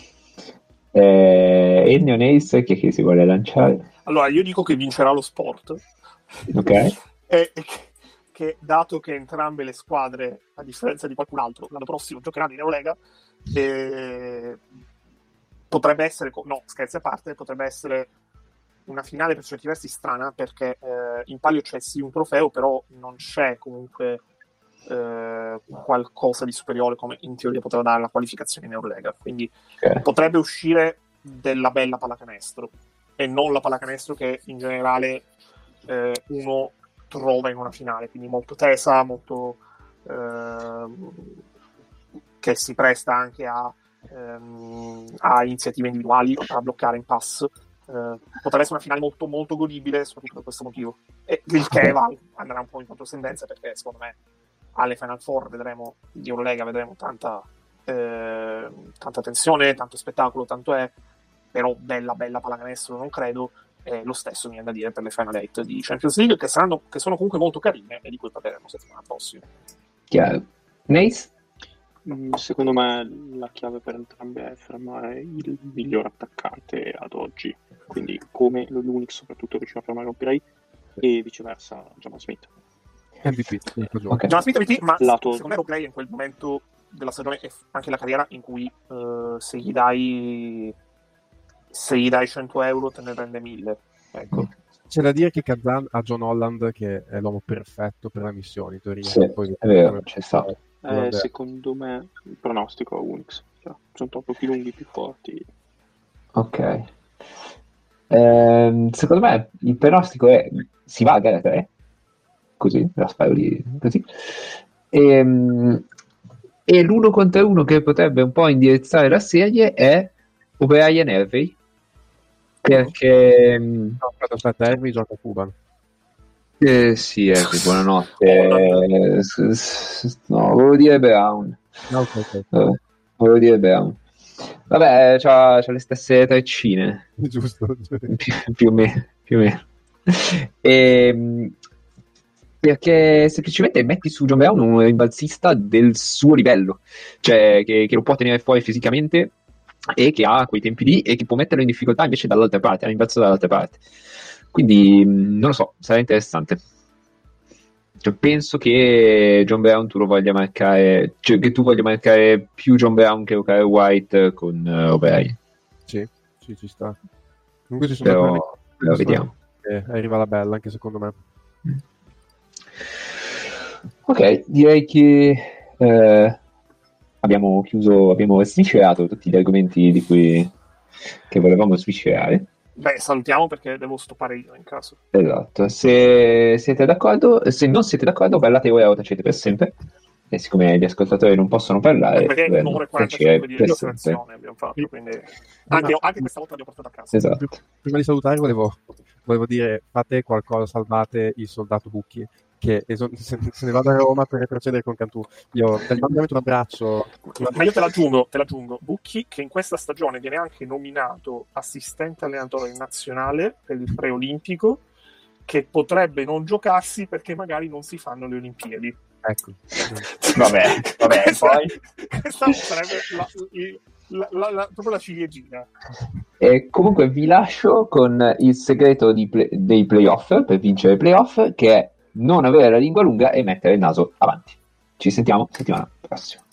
Eh, Ennio Neis, chi è che si vuole lanciare? Allora, io dico che vincerà lo Sport. Ok. e, e che, che dato che entrambe le squadre, a differenza di qualcun altro, l'anno prossimo giocheranno in Eurolega, eh, potrebbe essere, no, scherzi a parte, potrebbe essere una finale per certi versi strana, perché eh, in palio c'è sì un trofeo, però non c'è comunque eh, qualcosa di superiore come in teoria poteva dare la qualificazione in Eurolega, quindi okay. Potrebbe uscire della bella pallacanestro e non la pallacanestro che in generale eh, uno trova in una finale, quindi molto tesa, molto eh, che si presta anche a ehm, a iniziative individuali, a bloccare in pass. Uh, potrebbe essere una finale molto molto godibile soprattutto per questo motivo, e il che va, andrà un po' in controtendenza perché secondo me alle Final Four vedremo di Eurolega vedremo tanta eh, tanta tensione, tanto spettacolo, tanto è, però bella bella pallacanestro non credo, e lo stesso mi viene da dire per le Final Eight di Champions League che saranno che sono comunque molto carine e di cui parleremo settimana prossima. Chiaro. Nace? Secondo me la chiave per entrambe è fermare il miglior attaccante ad oggi, quindi come l'Unix soprattutto riuscirà a fermare O'Brien e viceversa Jamal Smith. M V P, okay. Jamal Smith M V P, ma Lato... secondo me O'Brien in quel momento della stagione e anche la carriera in cui uh, se gli dai se gli dai cento euro te ne prende mille, ecco. C'è da dire che Kazan ha John Holland che è l'uomo perfetto per la missione in teoria. Sì, poi è vero, c'è stato. Eh, secondo me il pronostico a Unix, cioè, sono troppo più lunghi, più forti. Ok. Ehm, secondo me il pronostico è si va a gara tre, così, la sparo lì, così. E, e l'uno contro uno che potrebbe un po' indirizzare la serie è O'Brien Hervey, Perché... No, aspetta, aspetta, Henry gioca a Cuban. Eh, sì, eh, buonanotte. Eh, s- s- no, volevo dire Brown. No, ok, ok. Eh, volevo dire Brown. Vabbè, c'ha, c'ha le stesse treccine. Giusto. più, più o meno. Più o meno. E, perché semplicemente metti su John Brown un rimbalzista del suo livello, cioè che, che lo può tenere fuori fisicamente e che ha quei tempi lì e che può metterlo in difficoltà invece dall'altra parte, a rimbalzo dall'altra parte. Quindi non lo so, sarà interessante. Cioè, penso che John Brown tu lo voglia marcare, cioè che tu voglia marcare più John Brown che giocare White con uh, O'Brien. Sì, sì, ci sta. Comunque ci sono Però, però vediamo. Eh, arriva la bella anche secondo me. Ok, direi che eh, abbiamo chiuso, abbiamo sviscerato tutti gli argomenti di cui che volevamo sviscerare. Beh, salutiamo perché devo stoppare io in caso. Esatto, se siete d'accordo, se non siete d'accordo, parlate ora o tacete per sempre. E siccome gli ascoltatori non possono parlare, perché dovranno un'ora e quarantacinque di tacere per registrazione sempre. abbiamo fatto, quindi anche, anche questa volta abbiamo portato a casa. Esatto. Prima di salutare volevo, volevo dire, fate qualcosa, salvate il soldato Bucchi, che es- se, se ne va da Roma per retrocedere con Cantù. Io ti mando un abbraccio. Ma io te l'aggiungo, te l'aggiungo. Bucchi, che in questa stagione viene anche nominato assistente allenatore nazionale per il preolimpico, che potrebbe non giocarsi perché magari non si fanno le Olimpiadi. Ecco. Vabbè, vabbè, questa, poi... questa sarebbe la, la, la, la, proprio la ciliegina. E comunque vi lascio con il segreto di play- dei playoff per vincere i playoff, che è non avere la lingua lunga e mettere il naso avanti. Ci sentiamo settimana prossima.